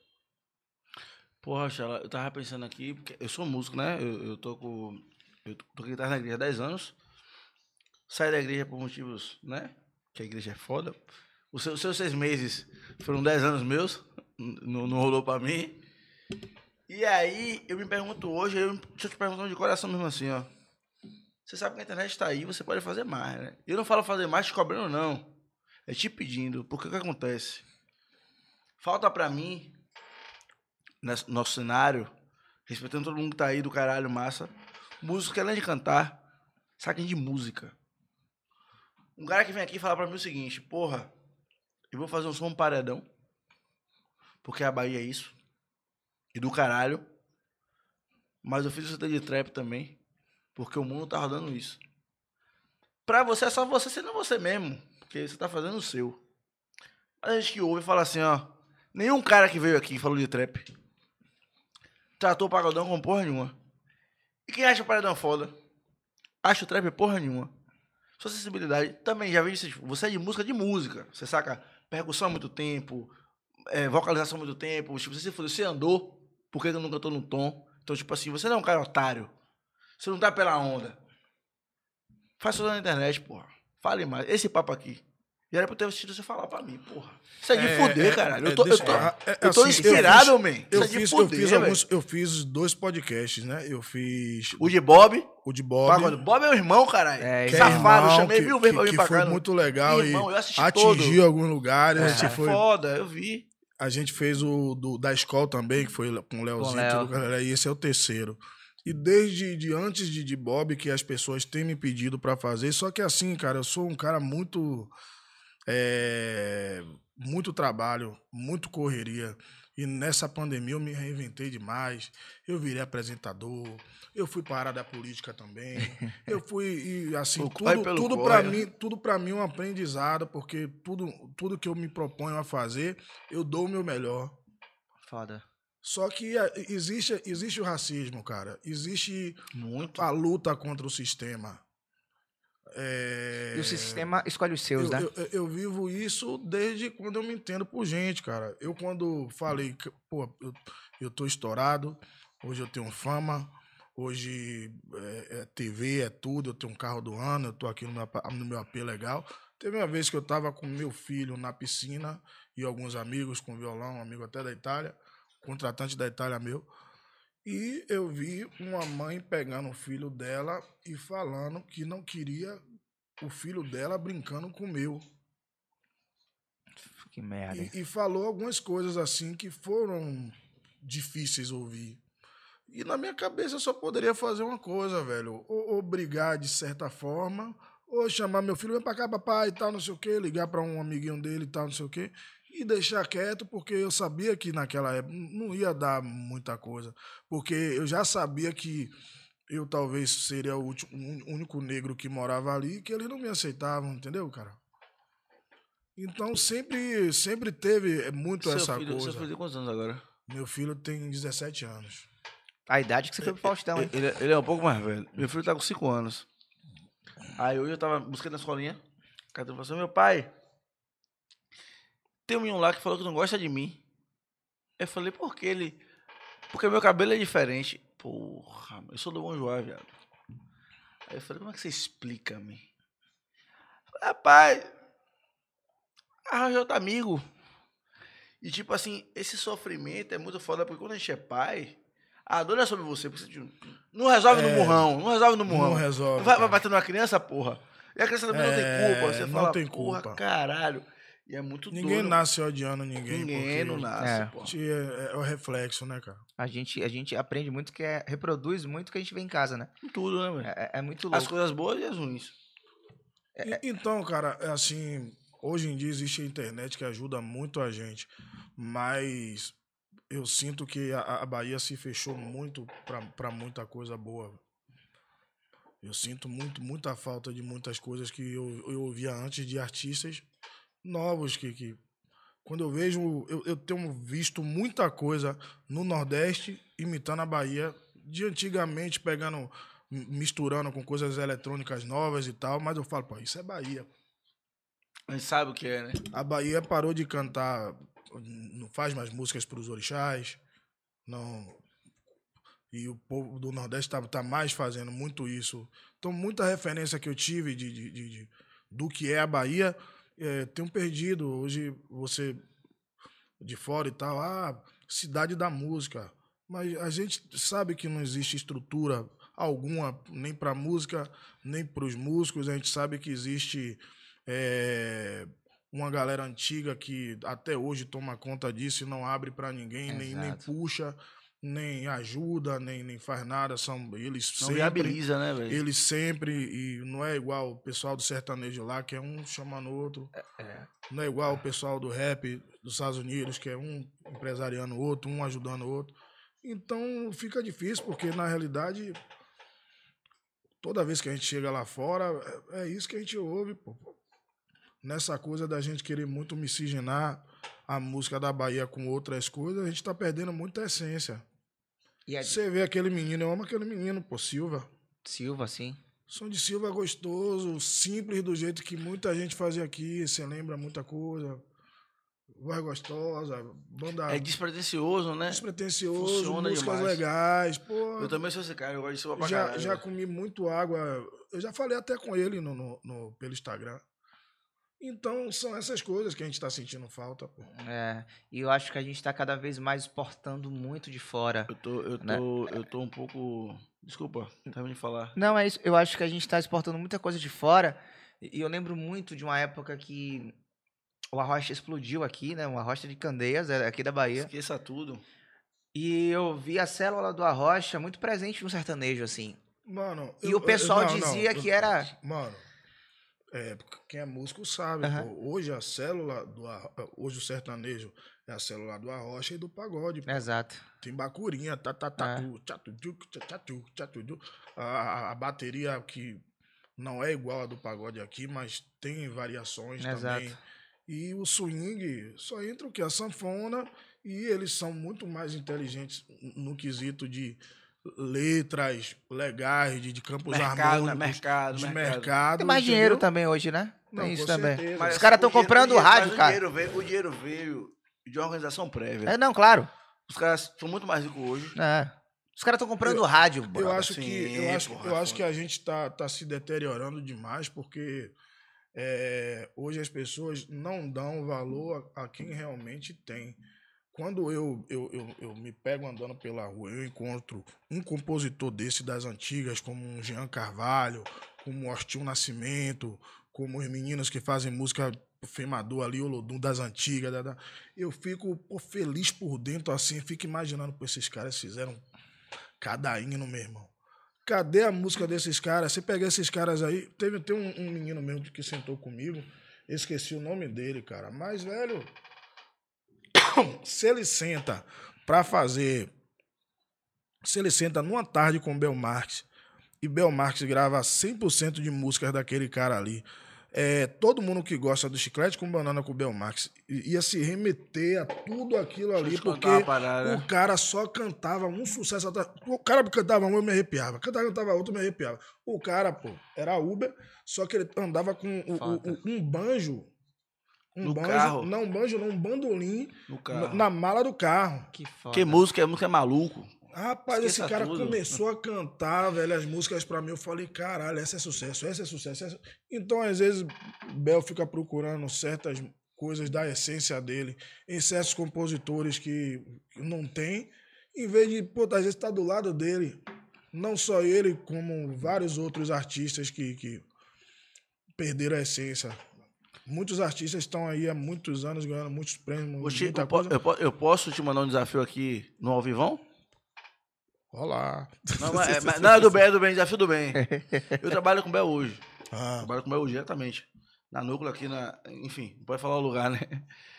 Porra, Xela, eu tava pensando aqui, porque eu sou músico, né? Eu toco guitarra na igreja há 10 anos. Saí da igreja por motivos, né? Que a igreja é foda. Os seus 6 meses foram 10 anos meus. Não rolou pra mim. E aí, eu me pergunto hoje, deixa eu te perguntar de coração mesmo assim, ó. Você sabe que a internet tá aí, você pode fazer mais, né? Eu não falo fazer mais te cobrando, não. É te pedindo. Porque o que acontece? Falta pra mim, nesse nosso cenário, respeitando todo mundo que tá aí do caralho, massa, músico que além de cantar, saquem de música. Um cara que vem aqui falar pra mim o seguinte, porra, eu vou fazer um som paredão, porque a Bahia é isso, e do caralho, mas eu fiz o CD de trap também, porque o mundo tá rodando isso. Pra você é só você sendo você mesmo, porque você tá fazendo o seu. Mas a gente que ouve fala assim, ó, nenhum cara que veio aqui e falou de trap tratou o pagodão com porra nenhuma. E quem acha o paredão foda, acha o trap porra nenhuma. Sua sensibilidade também, já vejo isso. Você é de música. Você saca percussão há muito tempo, vocalização há muito tempo. Tipo, você andou, por que não cantou no tom? Então, tipo assim, você não é um cara otário. Você não tá pela onda. Faz tudo na internet, porra. Fale mais. Esse papo aqui. E era pra eu ter assistido você falar pra mim, porra. Isso é de fuder, caralho. Eu tô inspirado, man. Isso é de fuder, eu fiz 2 podcasts, né? Eu fiz... O de Bob. O de Bob. Bob é o irmão, caralho. Safado, eu chamei 1000 vezes pra vir pra cá. Foi muito legal irmão, e atingiu alguns lugares. Foda, eu vi. A gente fez o da escola também, que foi com o Leozinho. E esse é o 3º. E desde antes de Bob, que as pessoas têm me pedido pra fazer. Só que assim, cara, eu sou um cara muito... muito trabalho, muito correria. E nessa pandemia eu me reinventei demais. Eu virei apresentador, eu fui para a área da política também. Eu fui, e assim, tudo para mim é um aprendizado, porque tudo que eu me proponho a fazer, eu dou o meu melhor. Foda. Só que existe o racismo, cara. Existe muito a luta contra o sistema. E o sistema escolhe os seus, né? Eu vivo isso desde quando eu me entendo por gente, cara. Eu quando falei, pô, eu tô estourado, hoje eu tenho fama, hoje é TV, é tudo, eu tenho um carro do ano, eu tô aqui no meu AP legal. Teve uma vez que eu tava com meu filho na piscina e alguns amigos com violão, um amigo até da Itália, contratante da Itália meu, e eu vi uma mãe pegando o filho dela e falando que não queria o filho dela brincando com o meu. Que merda. E falou algumas coisas assim que foram difíceis ouvir. E na minha cabeça eu só poderia fazer uma coisa, velho. Ou brigar de certa forma, ou chamar meu filho, vem pra cá, papai, e tal, não sei o quê, ligar pra um amiguinho dele e tal, não sei o quê, e deixar quieto, porque eu sabia que naquela época não ia dar muita coisa. Porque eu já sabia que eu talvez seria o único negro que morava ali e que eles não me aceitavam, entendeu, cara? Então sempre teve muito essa coisa. Seu filho tem quantos anos agora? Meu filho tem 17 anos. A idade que você foi pro Faustão, hein? Ele é um pouco mais velho. Meu filho tá com 5 anos. Aí hoje eu tava buscando na escolinha. O cara falou assim, meu pai, tem um menino lá que falou que não gosta de mim. Eu falei, por que ele... Porque meu cabelo é diferente. Porra, eu sou do Bom Joá, viado. Aí eu falei, como é que você explica, man? Rapaz, arranjou outro amigo. E tipo assim, esse sofrimento é muito foda, porque quando a gente é pai, a dor é sobre você. Porque você não resolve no murrão, não resolve no murrão. Não resolve. Vai bater numa criança, porra. E a criança também não tem culpa. Você não fala, tem porra, culpa. caralho. E é muito Ninguém doido. nasce odiando ninguém. Ninguém não nasce, pô. É o reflexo, né, cara? A gente aprende muito, reproduz muito o que a gente vê em casa, né? Tudo, né, velho? É muito louco. As coisas boas e as ruins. Então, cara, assim, hoje em dia existe a internet que ajuda muito a gente, mas eu sinto que a Bahia se fechou muito pra muita coisa boa. Eu sinto muita falta de muitas coisas que eu ouvia antes de artistas novos que quando eu vejo, eu tenho visto muita coisa no Nordeste imitando a Bahia, de antigamente misturando com coisas eletrônicas novas e tal, mas eu falo, pô, isso é Bahia. A gente sabe o que é, né? A Bahia parou de cantar, não faz mais músicas para os orixás, não. E o povo do Nordeste tá mais fazendo muito isso. Então, muita referência que eu tive do que é a Bahia, tenho perdido. Hoje, você de fora e tal, cidade da música. Mas a gente sabe que não existe estrutura alguma, nem para música, nem para os músicos. A gente sabe que existe uma galera antiga que até hoje toma conta disso e não abre para ninguém, nem puxa, nem ajuda, nem faz nada. Eles Não sempre viabiliza, né, velho? Eles sempre, e não é igual o pessoal do sertanejo lá, que é um chamando o outro. Não é igual o pessoal do rap dos Estados Unidos, que é um empresariando o outro, um ajudando o outro. Então fica difícil, porque na realidade, toda vez que a gente chega lá fora, é isso que a gente ouve, pô. Nessa coisa da gente querer muito miscigenar a música da Bahia com outras coisas, a gente tá perdendo muita essência. Você vê aquele menino, eu amo aquele menino, pô, Silva. Silva, sim. Som de Silva gostoso, simples do jeito que muita gente fazia aqui, você lembra muita coisa. Voz gostosa, banda... É despretensioso, né? Despretensioso, Funciona músicas demais. legais, pô. Eu também sou esse cara, eu gosto de Silva pra caralho. Já comi muito água, eu já falei até com ele pelo Instagram. Então, são essas coisas que a gente tá sentindo falta, pô. E eu acho que a gente tá cada vez mais exportando muito de fora. Eu tô um pouco... Desculpa, termine de falar. Não, é isso. Eu acho que a gente tá exportando muita coisa de fora. E eu lembro muito de uma época que o Arrocha explodiu aqui, né? Um Arrocha de Candeias, aqui da Bahia. Esqueça tudo. E eu vi a célula do Arrocha muito presente no sertanejo, assim. Mano... E o pessoal dizia que era... Mano... quem é músico sabe, pô. Hoje a célula hoje o sertanejo é a célula do Arrocha e do pagode, pô. Exato. Tem bacurinha, a bateria que não é igual a do pagode aqui, mas tem variações também. E o swing só entra o que? A sanfona, e eles são muito mais inteligentes no quesito de letras legais, de campos Mercado, harmônicos, mercado, de mercado. mercado. Tem mais entendeu? dinheiro também hoje, né? Tem Não, isso com também. certeza. Mas Os caras estão o dinheiro- comprando o dinheiro- rádio, mas cara. O dinheiro veio de uma organização prévia. É, não, claro. Os caras são muito mais ricos hoje. É. Os caras estão comprando rádio, Eu brother. acho Sim, que porra, eu acho foda. que a gente tá se deteriorando demais porque hoje as pessoas não dão valor a quem realmente tem. Quando eu me pego andando pela rua, eu encontro um compositor desse das antigas, como um Jean Carvalho, como o Austin Nascimento, como os meninos que fazem música Femador ali, Olodum das antigas, eu fico feliz por dentro assim, fico imaginando, pô, esses caras fizeram cada hino, meu irmão. Cadê a música desses caras? Você pega esses caras aí, tem um menino mesmo que sentou comigo, esqueci o nome dele, cara, mas, velho, se ele senta numa tarde com o Bel Marques, e Bel Marques grava 100% de músicas daquele cara ali, todo mundo que gosta do Chiclete com Banana com o Bel Marques ia se remeter a tudo aquilo ali, Deixa eu te porque contar uma parada, o né? cara só cantava um sucesso atrás. O cara cantava um, eu me arrepiava. Cantava outro, eu me arrepiava. O cara, pô, era Uber, só que ele andava com um banjo. No carro. Não, um banjo, não, um bandolim No carro. na mala do carro. Que foda. Que música é maluco. Rapaz, Esqueça esse cara tudo. começou a cantar, velho, as músicas pra mim. Eu falei, caralho, essa é sucesso. Então, às vezes, Bel fica procurando certas coisas da essência dele em certos compositores que não tem, em vez de, pô, às vezes tá do lado dele. Não só ele, como vários outros artistas que perderam a essência. Muitos artistas estão aí há muitos anos ganhando muitos prêmios, Ô, Chico, muita coisa. eu posso te mandar um desafio aqui no Ao Vivão? Olá. Não, mas não, é do bem, desafio do bem. Eu trabalho com o Bel hoje. Ah, Trabalho com o Bel diretamente. Na Núcleo aqui, enfim, não pode falar o lugar, né?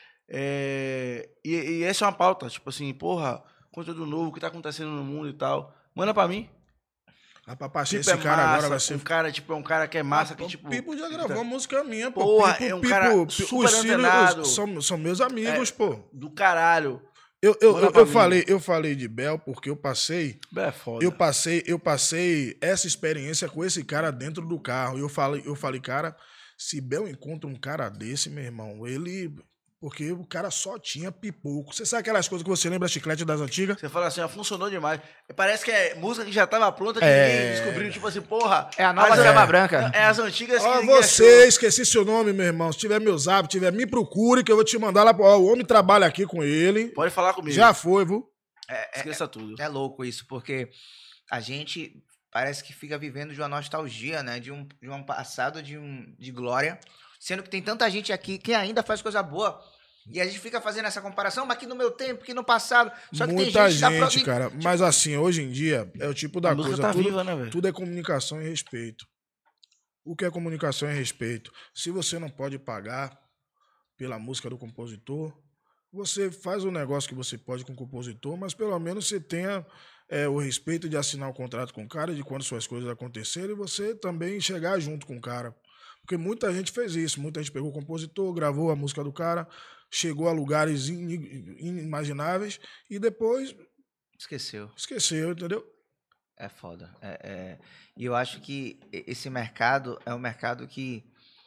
E essa é uma pauta, tipo assim, porra, conteúdo novo, o que tá acontecendo no mundo e tal. Manda pra mim. Rapaz, Tipo, esse cara massa, agora vai ser... um cara, tipo, é um cara que é massa, que tipo... O Pipo já gravou música minha, pô. Porra, Pipo, é um cara super os filhos antenado. são meus amigos, pô. Do caralho. Eu pra mim. falei de Bel porque eu passei... Bel é foda. Eu passei essa experiência com esse cara dentro do carro. E eu falei, cara, se Bel encontra um cara desse, meu irmão, ele... Porque o cara só tinha pipoco. Você sabe aquelas coisas que você lembra, Chiclete das antigas? Você fala assim, ó, funcionou demais. Parece que é música que já tava pronta, que ninguém descobriu, tipo assim, porra... É a nova as- Chama Branca. É as antigas Ó, que ninguém você, esqueci seu nome, meu irmão. Se tiver meu zap, me procure que eu vou te mandar lá. Ó, o homem trabalha aqui com ele. achou. Pode falar comigo. Já foi, viu? Esqueça tudo. É louco isso, porque a gente parece que fica vivendo de uma nostalgia, né? De um passado de glória. Sendo que tem tanta gente aqui que ainda faz coisa boa. E a gente fica fazendo essa comparação, mas que no meu tempo, que no passado. Só que Muita tem gente, gente, cara. Mas assim, hoje em dia, é o tipo da A música coisa. tá tudo, viva, né, velho? tudo é comunicação e respeito. O que é comunicação e respeito? Se você não pode pagar pela música do compositor, você faz o negócio que você pode com o compositor, mas pelo menos você tenha o respeito de assinar o contrato com o cara, de quando suas coisas acontecerem, e você também chegar junto com o cara. Porque muita gente fez isso. Muita gente pegou o compositor, gravou a música do cara, chegou a lugares inimagináveis e depois Esqueceu. esqueceu, entendeu? É foda. E eu acho que esse mercado é um mercado que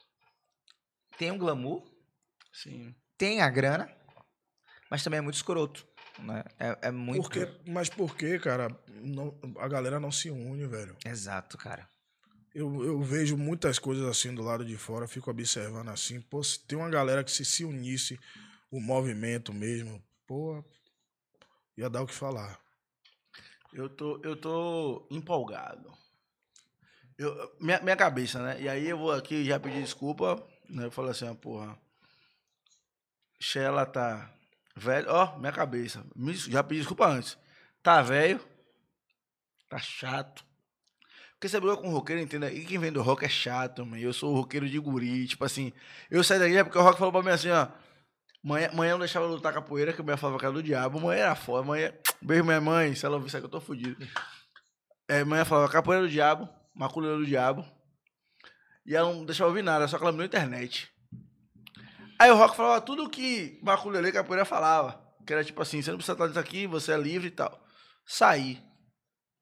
tem um glamour, Sim. tem a grana, mas também é muito escroto. Né? É muito. Mas por que, cara, a galera não se une, velho? Exato, cara. Eu vejo muitas coisas assim do lado de fora, fico observando assim. Pô, se tem uma galera que se unisse, o movimento mesmo, pô, ia dar o que falar. Eu tô empolgado. Minha cabeça, né? E aí eu vou aqui já pedir desculpa, né? Eu falo assim, ó, porra, Sheila tá velho. Ó, minha cabeça. Já pedi desculpa antes. Tá velho. Tá chato. Porque você brigou com o roqueiro, entendeu? E quem vem do rock é chato, mano. Eu sou o roqueiro de guri. Tipo assim, eu saí daqui porque o rock falou pra mim assim, ó. Manhã não deixava eu lutar capoeira, que a mulher falava que era do diabo. Manhã era foda. Beijo, minha mãe. Se ela ouvir isso aqui, eu tô fudido. Manhã falava capoeira do diabo, maculha do diabo. E ela não deixava eu ouvir nada, só que ela me deu internet. Aí o rock falava tudo que maculelê e capoeira falava. Que era tipo assim, você não precisa estar disso aqui, você é livre e tal. Saí.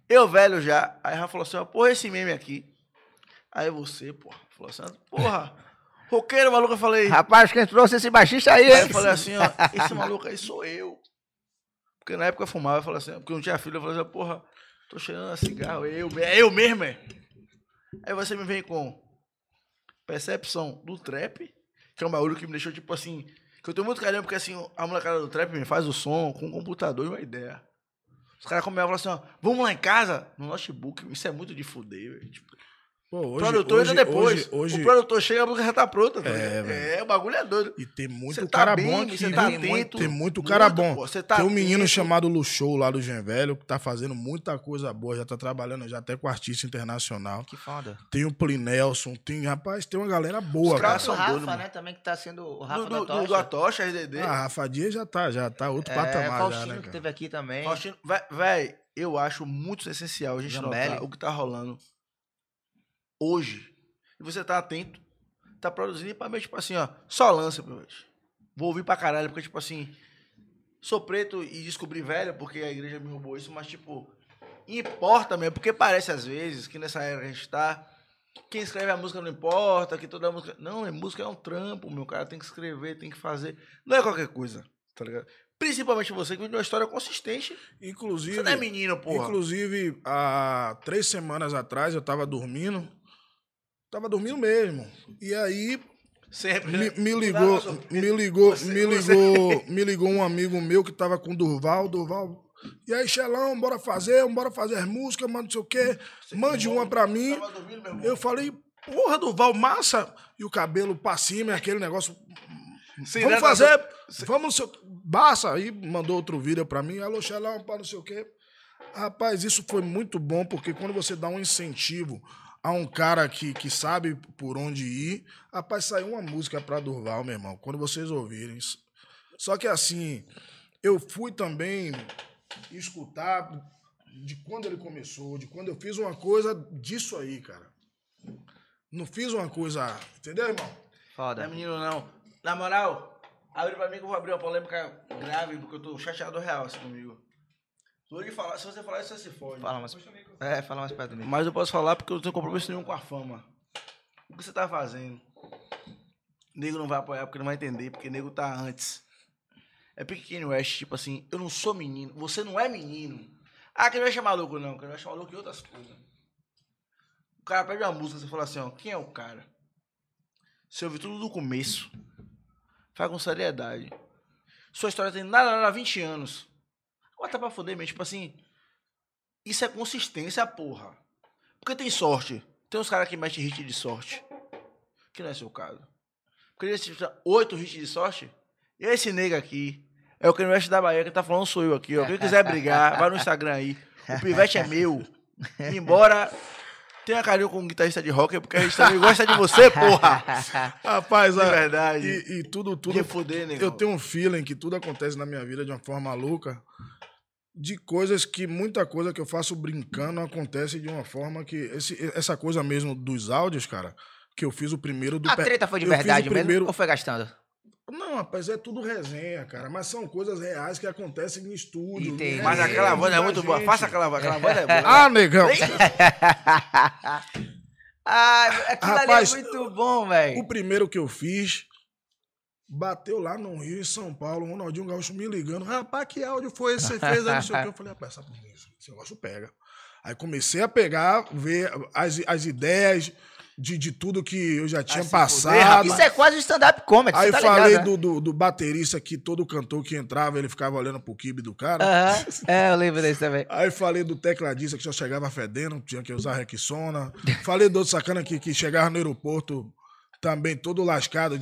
Eu velho já. Aí ela falou assim, ó, porra, esse meme aqui. Aí você, porra, falou assim, porra, roqueiro, maluco, eu falei... Rapaz, quem trouxe esse baixista aí, Aí eu falei assim, ó, esse maluco aí sou eu. Porque na época eu fumava, eu falei assim, porque eu não tinha filho, eu falei assim, porra, tô cheirando a cigarro, é eu mesmo, é. Aí você me vem com Percepção do Trap, que é um bagulho que me deixou, tipo assim, que eu tenho muito carinho, porque assim, a molecada do Trap me faz o som com um computador e uma ideia. Os caras começam e falam assim, ó, vamos lá em casa, no notebook, isso é muito de fuder, velho. Tipo, Pô, o produtor entra depois. Hoje, o produtor chega, a música já tá pronta. Tá o bagulho é doido. E tem muito Cê cara tá bom bem, aqui. cê tá viu? atento. Tem muito cara bom. Pô, tá tem um menino atento. chamado Luxou lá do Gen Velho, que tá fazendo muita coisa boa, já tá trabalhando já até com artista internacional. Que foda. Tem o Plinelson, rapaz, tem uma galera boa, Os caras cara. são o Rafa, doidos, mano. né, também que tá sendo o Rafa Do da Tocha. da Tocha, RDD. Ah, Rafa Dias já tá outro patamar Faustino já, né, que cara? teve aqui também. Faustino, véi, eu acho muito essencial a gente Zambelli. notar o que tá rolando hoje. E você tá atento, tá produzindo e pra mim, tipo assim, ó, só lança, meu velho. Vou ouvir pra caralho, porque, tipo assim, sou preto e descobri velho, porque a igreja me roubou isso, mas, tipo, importa mesmo, porque parece às vezes que nessa era que a gente tá, quem escreve a música não importa, que toda música... Não, música é um trampo, meu cara tem que escrever, tem que fazer. Não é qualquer coisa, tá ligado? Principalmente você que vive uma história consistente. Inclusive, Você não é menino, porra. Inclusive, há 3 semanas atrás eu tava dormindo mesmo. E aí Sempre. me Você- ligou um amigo meu que tava com o Durval. E aí, Xelão, bora fazer as músicas, mano, não sei o quê. Mande uma pra mim. Tava dormindo, meu irmão. Eu falei, porra, Durval, massa. E o cabelo pra cima, aquele negócio. Sim, Vamos né, fazer, vamos, não sei, basta. Aí mandou outro vídeo pra mim, alô, Xelão, para não sei o quê. Rapaz, isso foi muito bom, porque quando você dá um incentivo a um cara que sabe por onde ir, rapaz, saiu uma música pra Durval, meu irmão, quando vocês ouvirem. Só que assim, eu fui também escutar de quando ele começou, de quando eu fiz uma coisa disso aí, cara. Não fiz uma coisa, entendeu, irmão? Não é Foda. menino, não. Na moral, abre pra mim que eu vou abrir uma polêmica grave, porque eu tô chateado real assim comigo. Se você falar isso, você se fode. Fala mais perto de mim. Mas eu posso falar porque eu não tenho compromisso nenhum com a fama. O que você tá fazendo? Nego não vai apoiar porque não vai entender, porque nego tá antes. É Kanye West, tipo assim, eu não sou menino, você não é menino. Ah, Kanye West é maluco, não. Kanye West é maluco e outras coisas. O cara pede uma música, você fala assim, ó, quem é o cara? Você ouve tudo do começo. Faz com seriedade. Sua história tem nada há 20 anos. Agora tá pra foder mesmo, tipo assim, isso é consistência, porra. Porque tem sorte. Tem uns caras que metem hit de sorte. Que não é seu caso. Porque esse 8 hits de sorte. E esse nega aqui é o Kanye West da Bahia, que tá falando sou eu aqui, ó. Quem quiser brigar, vai no Instagram aí. O pivete é meu. Embora tenha carinho com um guitarrista de rock, porque a gente também gosta de você, porra. Rapaz, De verdade. E tudo. De fuder, negão. Eu tenho um feeling que tudo acontece na minha vida de uma forma maluca. De coisas que, muita coisa que eu faço brincando acontece de uma forma que. Essa coisa mesmo dos áudios, cara, que eu fiz o primeiro do A treta foi de eu fiz o verdade mesmo primeiro- ou foi gastando? Não, rapaz, é tudo resenha, cara. Mas são coisas reais que acontecem em estúdio. Entendi. Mas resenha aquela voz é da muito boa. gente. Faça aquela voz é boa. Ah, negão! Ah, aquilo Rapaz, ali é muito bom, velho. O primeiro que eu fiz bateu lá no Rio, em São Paulo, o Ronaldinho Gaúcho me ligando. Rapaz, que áudio foi esse que você fez? Aí não sei o que. Eu falei, rapaz, sabe por isso? Esse negócio pega. Aí comecei a pegar, ver as ideias de tudo que eu já tinha se passado. Isso é quase um stand-up comedy, Aí você tá falei ligado, né? do baterista que todo cantor que entrava, ele ficava olhando pro kibe do cara. Aham. É, eu lembro desse também. Aí falei do tecladista que só chegava fedendo, tinha que usar Rexona. Falei do outro sacana que chegava no aeroporto também todo lascado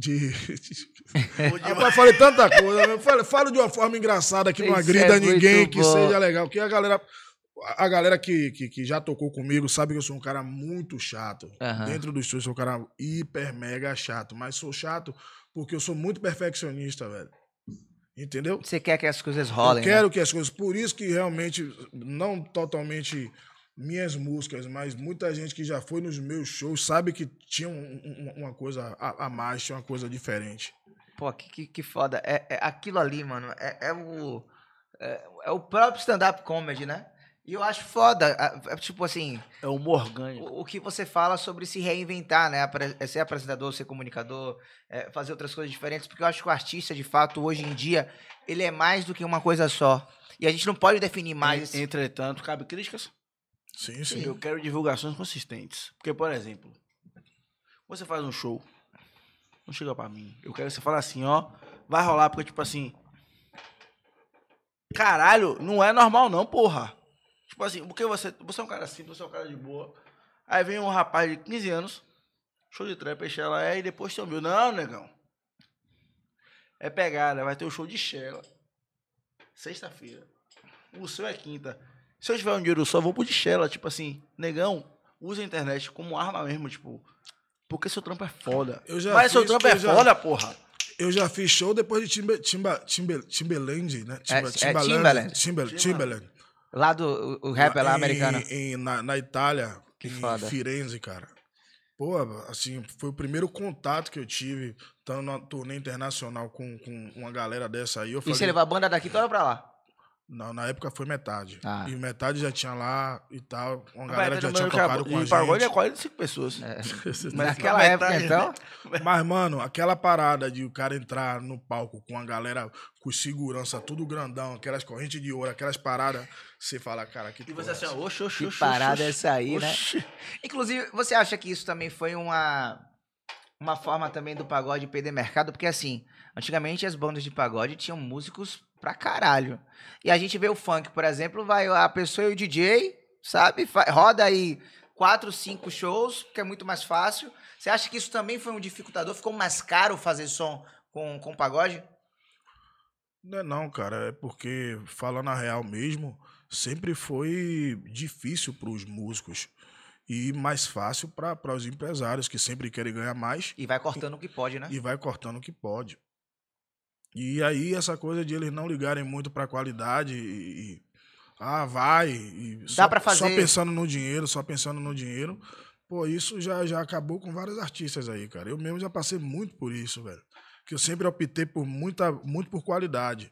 Rapaz, falei tanta coisa. Eu falo de uma forma engraçada que não Isso agrida é ninguém, muito que bom. seja legal. Porque a galera que já tocou comigo sabe que eu sou um cara muito chato. Aham. Dentro do estúdio, eu sou um cara hiper, mega chato. Mas sou chato porque eu sou muito perfeccionista, velho. Entendeu? Você quer que as coisas rolem, Eu quero que as coisas... Por isso que realmente, não totalmente minhas músicas, mas muita gente que já foi nos meus shows sabe que tinha uma coisa a mais, tinha uma coisa diferente. né? Pô, que foda. Aquilo ali, mano, é o próprio stand-up comedy, né? E eu acho foda, tipo assim, É humor orgânico. o que você fala sobre se reinventar, né? Ser apresentador, ser comunicador, fazer outras coisas diferentes, porque eu acho que o artista, de fato, hoje em dia, ele é mais do que uma coisa só. E a gente não pode definir mais. Entretanto, cabe críticas. Sim, sim. Eu quero divulgações consistentes. Porque, por exemplo, você faz um show, não chega pra mim. Eu quero que você fale assim, ó, vai rolar, porque, tipo assim, caralho, não é normal não, porra. Tipo assim, porque você é um cara simples, você é um cara de boa. Aí vem um rapaz de 15 anos, show de trap, e Shella e depois tem o meu. Não, negão. É pegada, vai ter o show de Shella. Sexta-feira. O seu é quinta. Se eu tiver um dinheiro só, eu vou pro de Shella. Tipo assim, negão, usa a internet como arma mesmo, tipo. Porque seu trampo é foda. Mas seu trampo é foda, porra. Eu já fiz show depois de Timbaland, né? Timbaland. Lá do o rapper lá americano. Na Itália, Que em foda. Firenze, cara. Pô, assim, foi o primeiro contato que eu tive, estando numa turnê internacional com uma galera dessa aí. E você levou a banda daqui toda pra lá? Não, na época foi metade. Ah. E metade já tinha lá e tal. Uma galera já tinha tocado tocado com a gente. Pagode é gente. 45 pessoas. Naquela época, então? Mas, mano, aquela parada de o cara entrar no palco com a galera com segurança, tudo grandão, aquelas correntes de ouro, aquelas paradas, você fala, cara, que E você assim, ó, oxe, Que parada é essa aí, né? Inclusive, você acha que isso também foi uma forma também do pagode perder mercado? Porque, assim, antigamente as bandas de pagode tinham músicos pra caralho. E a gente vê o funk, por exemplo, vai a pessoa e o DJ, sabe? Roda aí 4, 5 shows, que é muito mais fácil. Você acha que isso também foi um dificultador? Ficou mais caro fazer som com pagode? Não é não, cara. É porque, falando a real mesmo, sempre foi difícil pros músicos. E mais fácil para os empresários, que sempre querem ganhar mais. E vai cortando o que pode, né? E vai cortando o que pode. E aí, essa coisa de eles não ligarem muito pra qualidade vai. Dá pra fazer. Só pensando no dinheiro. Pô, isso já acabou com vários artistas aí, cara. Eu mesmo já passei muito por isso, velho. Que eu sempre optei por muito por qualidade.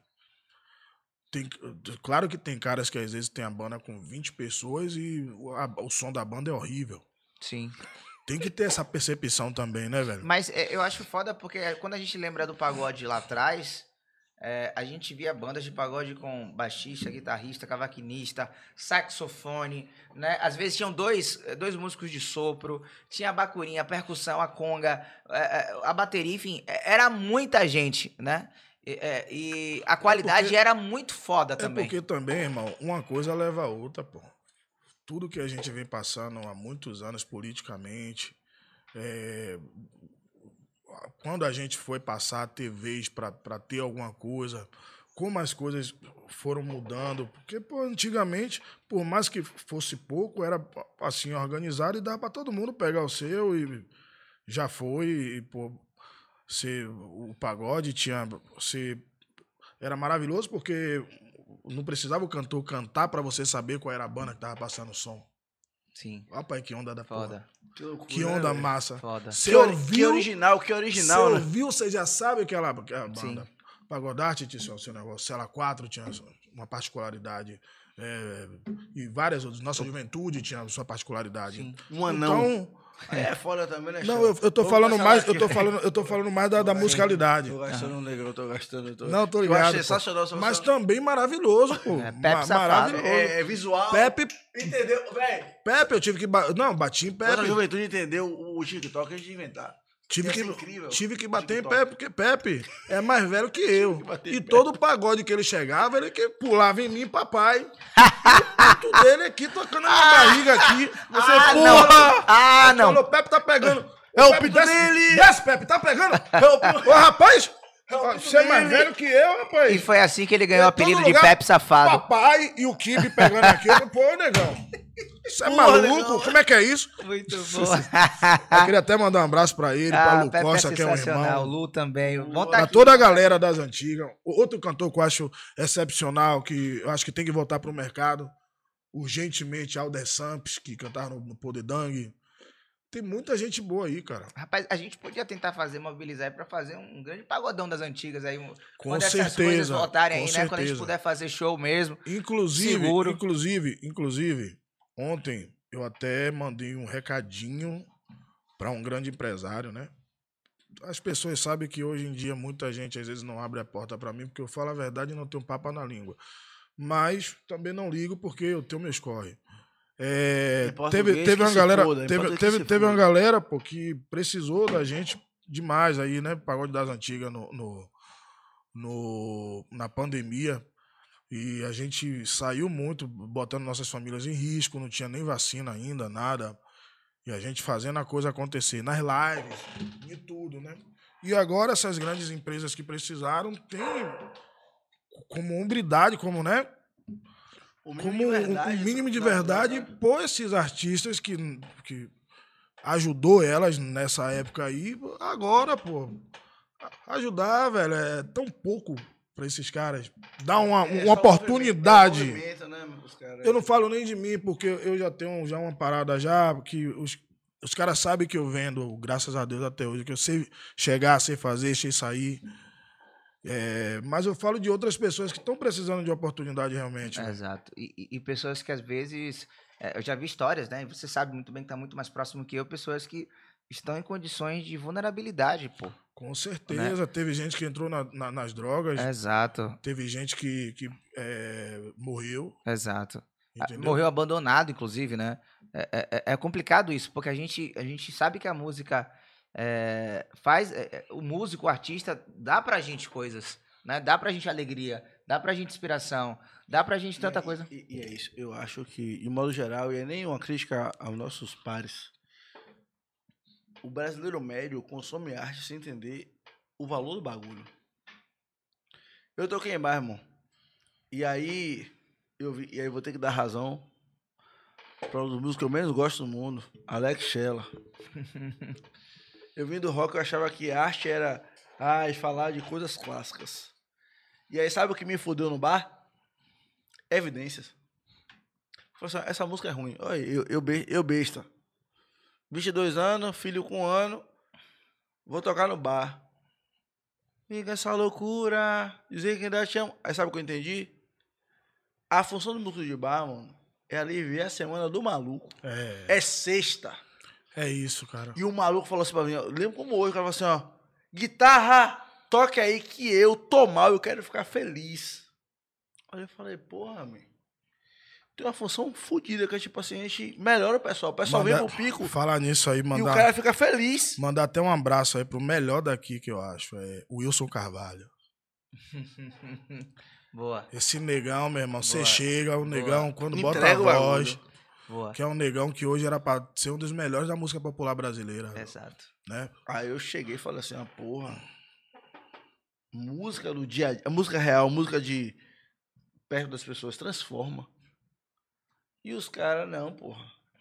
Claro que tem caras que às vezes tem a banda com 20 pessoas e o som da banda é horrível. Sim. Tem que ter essa percepção também, né, velho? Mas eu acho foda porque quando a gente lembra do pagode lá atrás, a gente via bandas de pagode com baixista, guitarrista, cavaquinista, saxofone, né? Às vezes tinham dois músicos de sopro, tinha a bacurinha, a percussão, a conga, a bateria, enfim, era muita gente, né? E a qualidade era muito foda também. É porque também, irmão, uma coisa leva a outra, pô. Tudo que a gente vem passando há muitos anos politicamente, quando a gente foi passar a ter vez para ter alguma coisa, como as coisas foram mudando, porque pô, antigamente, por mais que fosse pouco, era assim organizado e dava para todo mundo pegar o seu e já foi, e pô, o pagode era maravilhoso porque não precisava o cantor cantar pra você saber qual era a banda que tava passando o som. Sim. Rapaz, que onda da Foda. porra. Que loucura, Que onda né, massa. Foda. Você ouviu, que original, você né? ouviu, você já sabe aquela banda. Sim. Pagodarte tinha o seu negócio. Cela 4 tinha uma particularidade. E várias outras. Nossa Juventude tinha a sua particularidade. Sim. Um anão. Então, É foda também, né, não, Chão? eu tô falando mais, eu tô falando mais da musicalidade. Tô gastando um negão, tô gastando. Não, tô Eu ligado. acho pô. sensacional. Mas também maravilhoso, pô. Pepe safado. Maravilhoso. É visual. Pepe, Entendeu, velho? eu tive que... Não, bati em Nossa Pepe. juventude entendeu o TikTok antes de inventar. Tive Ia que, ser incrível. tive que bater TikTok. em Pepe, porque Pepe é mais velho que eu. bater E em todo pagode que ele chegava, ele que pulava em mim, papai. E o pinto dele aqui, tocando na minha barriga aqui. Você, porra! Ah, não. Falou, Pepe tá pegando. É o Pepe, pinto desce, dele! Desce, Pepe, tá pegando? Ô, rapaz! Você é mais velho que eu, rapaz. E foi assim que ele ganhou o Em todo apelido de lugar, Pepe Safado. Papai e o Kibe pegando aqui. Pô, negão. Você é Porra, maluco? negão. Como é que é isso? Muito bom. Eu queria até mandar um abraço pra ele, pra Lu Pepe Costa, que é um sensacional. irmão. Lu também. Bom tá Pra aqui. toda a galera das antigas. Outro cantor que eu acho excepcional, que eu acho que tem que voltar pro mercado, urgentemente, Alder Samps, que cantava no Poder Dang. tem muita gente boa aí, cara. Rapaz, a gente podia tentar mobilizar pra fazer um grande pagodão das antigas aí. Com quando essas coisas certeza, voltarem com aí, né? Quando a gente certeza. puder fazer show mesmo. Inclusive, Seguro. ontem eu até mandei um recadinho para um grande empresário, né? As pessoas sabem que hoje em dia muita gente às vezes não abre a porta para mim porque eu falo a verdade e não tenho papo na língua. Mas também não ligo porque eu tenho meus corre. Teve uma galera, teve uma galera, pô, que precisou da gente demais aí, né? Pagode das Antigas na pandemia. E a gente saiu muito, botando nossas famílias em risco, não tinha nem vacina ainda, nada. E a gente fazendo a coisa acontecer nas lives, em tudo, né? E agora essas grandes empresas que precisaram têm como hombridade, como, né? O mínimo de verdade por esses artistas que ajudou elas nessa época aí. Agora, pô, ajudar, velho, é tão pouco pra esses caras. Dar uma oportunidade. Né, eu não falo nem de mim, porque eu já tenho uma parada já, que os caras sabem que eu vendo, graças a Deus até hoje, que eu sei chegar, sei fazer, sei sair. Mas eu falo de outras pessoas que estão precisando de oportunidade realmente. Né? Exato. E pessoas que às vezes... eu já vi histórias, né? E você sabe muito bem que está muito mais próximo que eu, pessoas que estão em condições de vulnerabilidade, pô. Com certeza. Né? Teve gente que entrou nas drogas. Exato. Teve gente que morreu. Exato. Entendeu? Morreu abandonado, inclusive, né? É complicado isso, porque a gente sabe que a música... faz o músico, o artista, dá pra gente coisas, né? Dá pra gente alegria, dá pra gente inspiração, dá pra gente tanta coisa. E é isso, eu acho que, de modo geral, e é nem uma crítica aos nossos pares, o brasileiro médio consome arte sem entender o valor do bagulho. Eu toquei em bar, irmão, e aí eu vou ter que dar razão para um dos músicos que eu menos gosto do mundo, Alex Chella. Eu vim do rock, eu achava que arte era falar de coisas clássicas. E aí, sabe o que me fudeu no bar? Evidências. Falei assim, essa música é ruim. Olha, eu besta. 22 anos, filho com 1 ano, vou tocar no bar. Fica essa loucura, dizer que ainda te amo. Aí sabe o que eu entendi? A função do músico de bar, mano, é aliviar a semana do maluco. É sexta. É isso, cara. E o maluco falou assim pra mim, eu lembro como hoje, o cara falou assim, ó, guitarra, toque aí que eu tô mal, eu quero ficar feliz. Aí eu falei, porra, man, tem uma função fodida, que é tipo assim, a gente melhora o pessoal vem pro pico. Falar nisso aí, mandar... E o cara fica feliz. Mandar até um abraço aí pro melhor daqui que eu acho, o Wilson Carvalho. Boa. Esse negão, meu irmão, você chega, o negão, quando entrega bota a voz... Boa. Que é um negão que hoje era pra ser um dos melhores da música popular brasileira. Exato. Né? Aí eu cheguei e falei assim, porra, música do dia a dia, música real, música de perto das pessoas, transforma. E os caras, não, porra.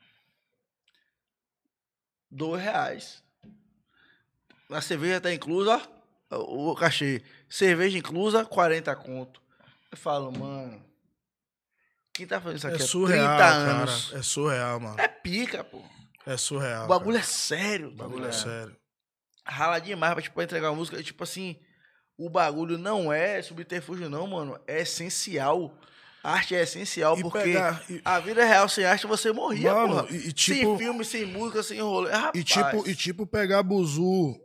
R$2. A cerveja tá inclusa, ó, o cachê. Cerveja inclusa, 40 conto. Eu falo, mano... Quem tá fazendo isso aqui há surreal, 30 anos? Cara. É surreal, mano. É pica, pô. É surreal. O bagulho é sério. O bagulho é sério. Rala demais pra entregar uma música. Tipo assim, o bagulho não é subterfúgio, não, mano. É essencial. A arte é essencial, porque a vida real sem arte você morria, mano, porra. Tipo, sem filme, sem música, sem rolê. Rapaz. E tipo pegar buzu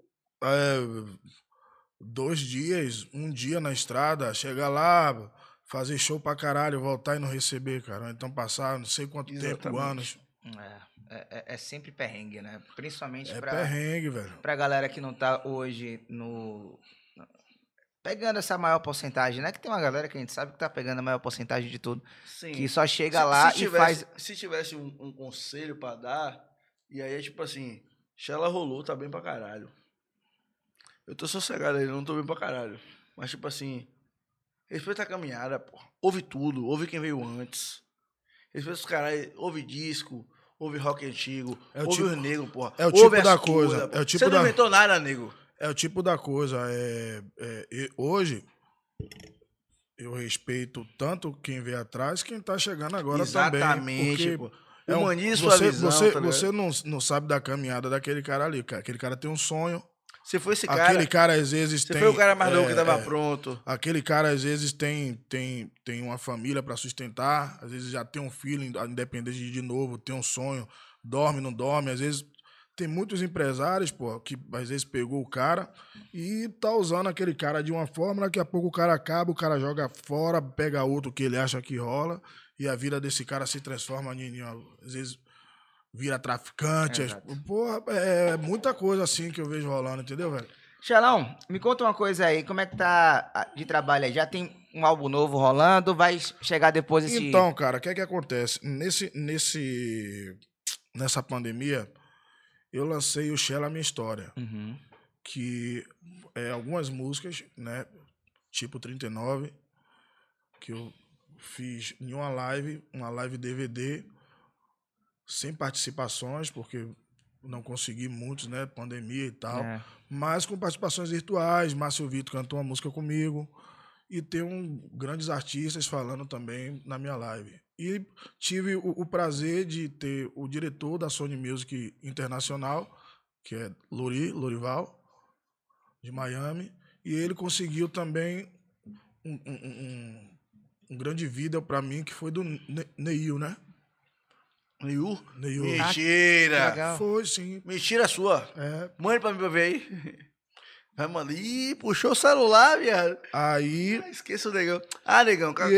2 dias, 1 dia na estrada, chegar lá... Fazer show pra caralho, voltar e não receber, cara. Então passar não sei quanto tempo, anos. É sempre perrengue, né? Principalmente perrengue, velho. Pra galera que não tá hoje pegando essa maior porcentagem, né? Que tem uma galera que a gente sabe que tá pegando a maior porcentagem de tudo. Sim. Que só chega lá e faz... Se tivesse um conselho pra dar, e aí é tipo assim, Chella rolou, tá bem pra caralho. Eu tô sossegado aí, não tô bem pra caralho. Mas tipo assim... Respeita a caminhada, pô. Ouve tudo, ouve quem veio antes. Respeita os caras, ouve disco, ouve rock antigo, ouve os negros, porra. É o tipo da coisa. Você não inventou nada, nego. É o tipo da coisa. Hoje, eu respeito tanto quem veio atrás, quem tá chegando agora também. Exatamente, pô. Humanize sua visão, tá ligado? Você não sabe da caminhada daquele cara ali, cara. Aquele cara tem um sonho. Você foi esse cara. Aquele cara, às vezes, Você foi o cara mais novo que tava pronto. Aquele cara, às vezes, tem uma família pra sustentar. Às vezes já tem um filho, independente de novo, tem um sonho. Dorme, não dorme. Às vezes, tem muitos empresários, pô, que às vezes pegou o cara e tá usando aquele cara de uma forma. Daqui a pouco o cara acaba, o cara joga fora, pega outro que ele acha que rola. E a vida desse cara se transforma em às vezes... vira traficante. Porra, é muita coisa assim que eu vejo rolando, entendeu, velho? Xelão, me conta uma coisa aí, como é que tá de trabalho aí? Já tem um álbum novo rolando? Vai chegar depois esse... Então, cara, o que é que acontece? Nessa pandemia, eu lancei o Shella A Minha História, que é algumas músicas, né, tipo 39, que eu fiz em uma live DVD, sem participações, porque não consegui muitos, né? Pandemia e tal. Mas com participações virtuais. Márcio Vitor cantou uma música comigo. E tem grandes artistas falando também na minha live. E tive o prazer de ter o diretor da Sony Music Internacional, que é Lorival, de Miami. E ele conseguiu também um grande vídeo para mim, que foi do Neil, né? Neil? Mentira! Foi, sim. Mentira sua. Mande pra mim pra ver aí. Vai, mano. Ih, puxou o celular, viado. Aí... esqueça o negão. Negão, cara.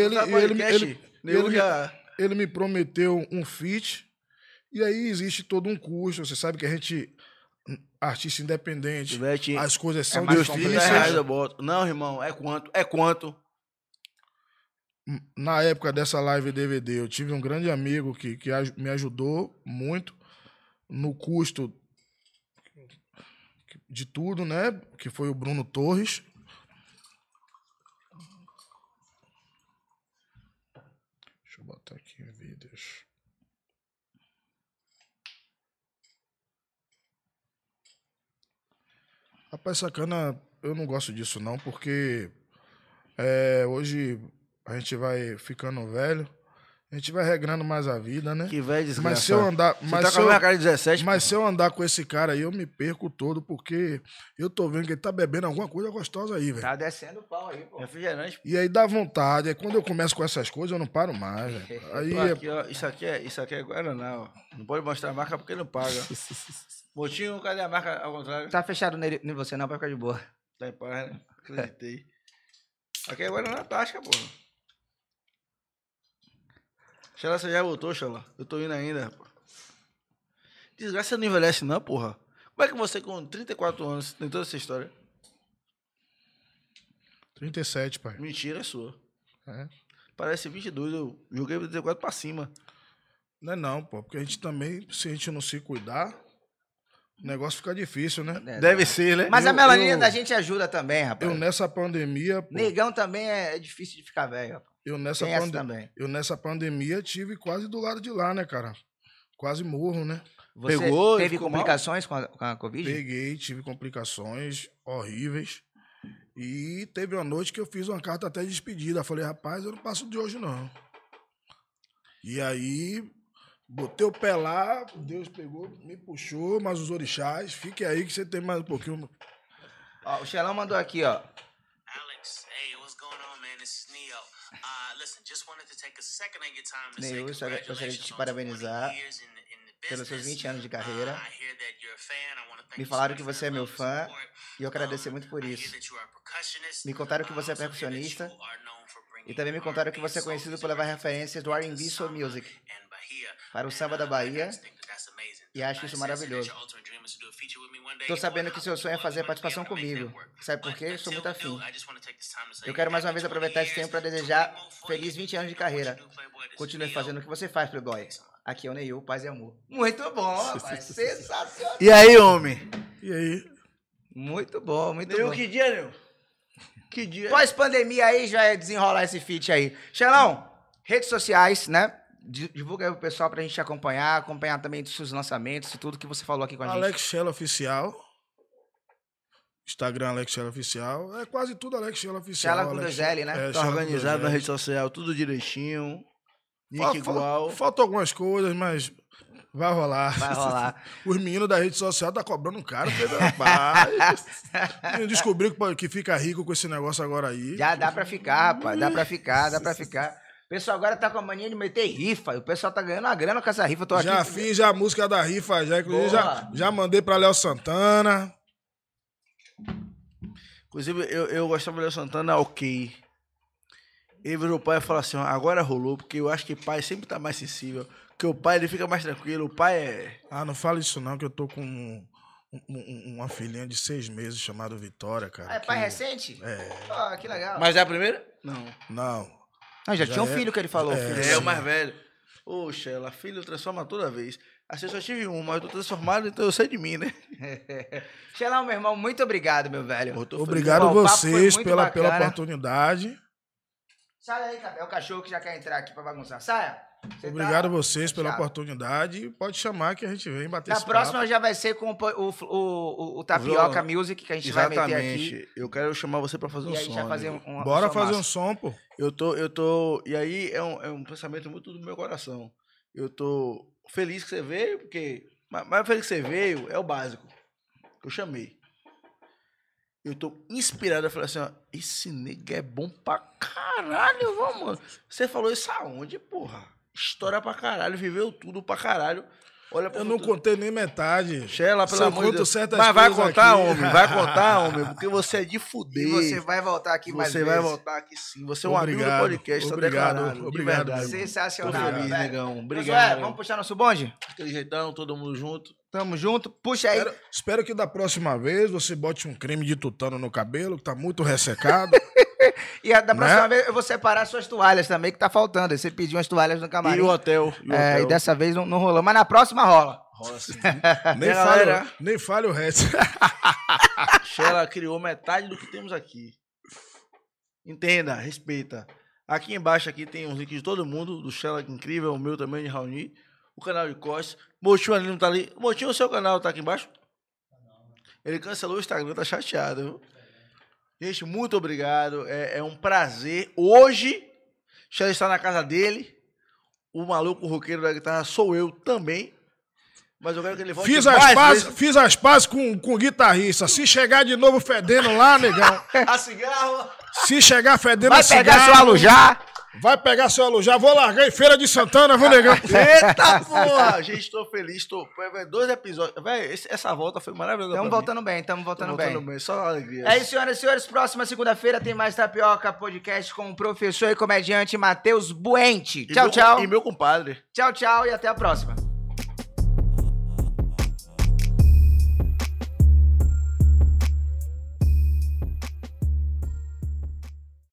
Ele me prometeu um feat. E aí existe todo um custo. Você sabe que a gente... Artista independente. As coisas são difíceis. Eu boto. Não, irmão. É quanto? É quanto? Na época dessa live DVD, eu tive um grande amigo que me ajudou muito no custo de tudo, né? Que foi o Bruno Torres. Deixa eu botar aqui em vídeos. Rapaz, sacana, eu não gosto disso não, porque hoje... A gente vai ficando velho, a gente vai regrando mais a vida, né? Que velho desgraçado. Mas se eu andar... Você tá com a minha cara de 17? Mas se eu andar com esse cara aí, eu me perco todo, porque eu tô vendo que ele tá bebendo alguma coisa gostosa aí, velho. Tá descendo o pau aí, pô. Refrigerante. E aí dá vontade. Aí quando eu começo com essas coisas, eu não paro mais, velho. Aí... Aqui, ó, isso aqui é Guaraná, ó. Não pode mostrar a marca porque não paga. Motinho, cadê a marca ao contrário? Tá fechado em você não, pra ficar de boa. Tá em paz, né? Acreditei. Aqui é Guaraná Tática, porra. Xela, você já voltou, Xela? Eu tô indo ainda, rapaz. Desgraça, você não envelhece não, porra. Como é que você com 34 anos tem toda essa história? 37, pai. Mentira, é sua. Parece 22, eu joguei 34 pra cima. Não é não, pô. Porque a gente também, se a gente não se cuidar, o negócio fica difícil, né? Deve ser, né? Mas a melanina da gente ajuda também, rapaz. Eu nessa pandemia... Pô, negão também é difícil de ficar velho, rapaz. Eu nessa pandemia tive quase do lado de lá, né, cara? Quase morro, né? Você pegou, teve complicações com a Covid? Peguei, tive complicações horríveis. E teve uma noite que eu fiz uma carta até de despedida. Falei, rapaz, eu não passo de hoje, não. E aí, botei o pé lá, Deus pegou, me puxou, mas os orixás, fique aí que você tem mais um pouquinho. Ó, o Xelão mandou aqui, ó. Neil, gostaria de te parabenizar pelos seus 20 anos de carreira. Me falaram que você é meu fã e eu agradecer muito por isso. Me contaram que você é percussionista e também me contaram que você é conhecido por levar referências do R&B Soul Music para o samba da Bahia e acho isso maravilhoso. Tô sabendo que seu sonho é fazer participação comigo. Sabe por quê? Eu sou muito afim. Eu quero mais uma vez aproveitar esse tempo para desejar feliz 20 anos de carreira. Continue fazendo o que você faz, Playboy. Aqui é o Neil, paz e amor. Muito bom, rapaz. Sensacional. E aí, homem? E aí? Muito bom, muito Neil, bom. Que dia, Neil? Que dia? Pós-pandemia aí, já é desenrolar esse feat aí. Xelão, redes sociais, né? Divulga aí pro pessoal pra gente acompanhar também dos seus lançamentos e tudo que você falou aqui com a gente. Alex Shella Oficial. Instagram Alex Shella Oficial. É quase tudo Alex Shella Oficial. Shella com 2L, né? Tá organizado na rede social, tudo direitinho. Nick igual. Faltam algumas coisas, mas Vai rolar. Vai rolar. Os meninos da rede social tá cobrando caro. Rapaz. Descobriu que fica rico com esse negócio agora aí. Já dá pra ficar, rapaz. Dá pra ficar. O pessoal agora tá com a mania de meter rifa. O pessoal tá ganhando uma grana com essa rifa. Eu tô aqui. Já fiz a música da rifa, inclusive já mandei pra Léo Santana. Inclusive, eu gostava do Léo Santana, ok. Ele virou pai e falou assim, ó, agora rolou, porque eu acho que pai sempre tá mais sensível. Porque o pai, ele fica mais tranquilo. O pai é... Ah, não fala isso não, que eu tô com uma filhinha de 6 meses chamada Vitória, cara. Ah, é pai recente? É. Ah, que legal. Mas é a primeira? Não. Não. Ah, já tinha um filho que ele falou. É o mais velho. Ô, Sheila, filho transforma toda vez. Assim, eu só tive um, mas eu tô transformado, então eu sei de mim, né? Sheila, meu irmão, muito obrigado, meu velho. Obrigado a vocês pela oportunidade. Sai aí, cara. É o cachorro que já quer entrar aqui pra bagunçar. Saia. Obrigado a vocês pela oportunidade. Pode chamar que a gente vem bater esse papo. Na próxima já vai ser com o Tapioca Music que a gente vai meter aqui. Eu quero chamar você pra fazer um som. Vai fazer Bora fazer um som, pô. Eu tô... E aí é um pensamento muito do meu coração. Eu tô feliz que você veio, porque... Mas feliz que você veio é o básico. Que eu chamei. Eu tô inspirado. Eu falei assim, ó, esse nega é bom pra caralho, vamos. Você falou isso aonde, porra? História pra caralho, viveu tudo pra caralho. Olha pra eu não contei nem metade. Sheila, pelo amor de Deus. Mas vai contar, homem, vai contar, homem, porque você é de fuder. E você vai voltar aqui mais vezes. Você vai voltar aqui sim. Você é um amigo do podcast, tá declarado. Obrigado. Sensacional, feliz, velho. negão. Obrigado. Vamos puxar nosso bonde? Aquele jeitão, todo mundo junto. Tamo junto. Puxa aí. Espero que da próxima vez você bote um creme de tutano no cabelo, que tá muito ressecado. E da próxima vez eu vou separar suas toalhas também, que tá faltando. Você pediu umas toalhas no camarim. E o hotel. E dessa vez não rolou. Mas na próxima rola. Rola sim. Nem fale o resto. Sheila criou metade do que temos aqui. Entenda, respeita. Aqui embaixo aqui tem uns links de todo mundo, do Sheila, que é incrível, o meu também, de Raoni. O canal de Costa. Motinho ali não tá ali. Motinho, o seu canal tá aqui embaixo? Ele cancelou o Instagram, tá chateado, viu? Gente, muito obrigado. É um prazer. Hoje, Sheila está na casa dele. O maluco roqueiro da guitarra sou eu também. Mas eu quero que ele volte Fiz as pazes com o guitarrista. Se chegar de novo fedendo lá, negão. A cigarro. Se chegar fedendo a cigarro. Vai pegar seu alujá. Vai pegar seu alujá. Vou largar em Feira de Santana, viu, negão? Eita, porra. Gente, tô feliz. 2 episódios. Véi, essa volta foi maravilhosa. Estamos voltando bem. Só alegria. É isso, senhoras e senhores. Próxima segunda-feira tem mais Tapioca Podcast com o professor e comediante Matheus Buente. Tchau, tchau. E meu compadre. Tchau, tchau e até a próxima.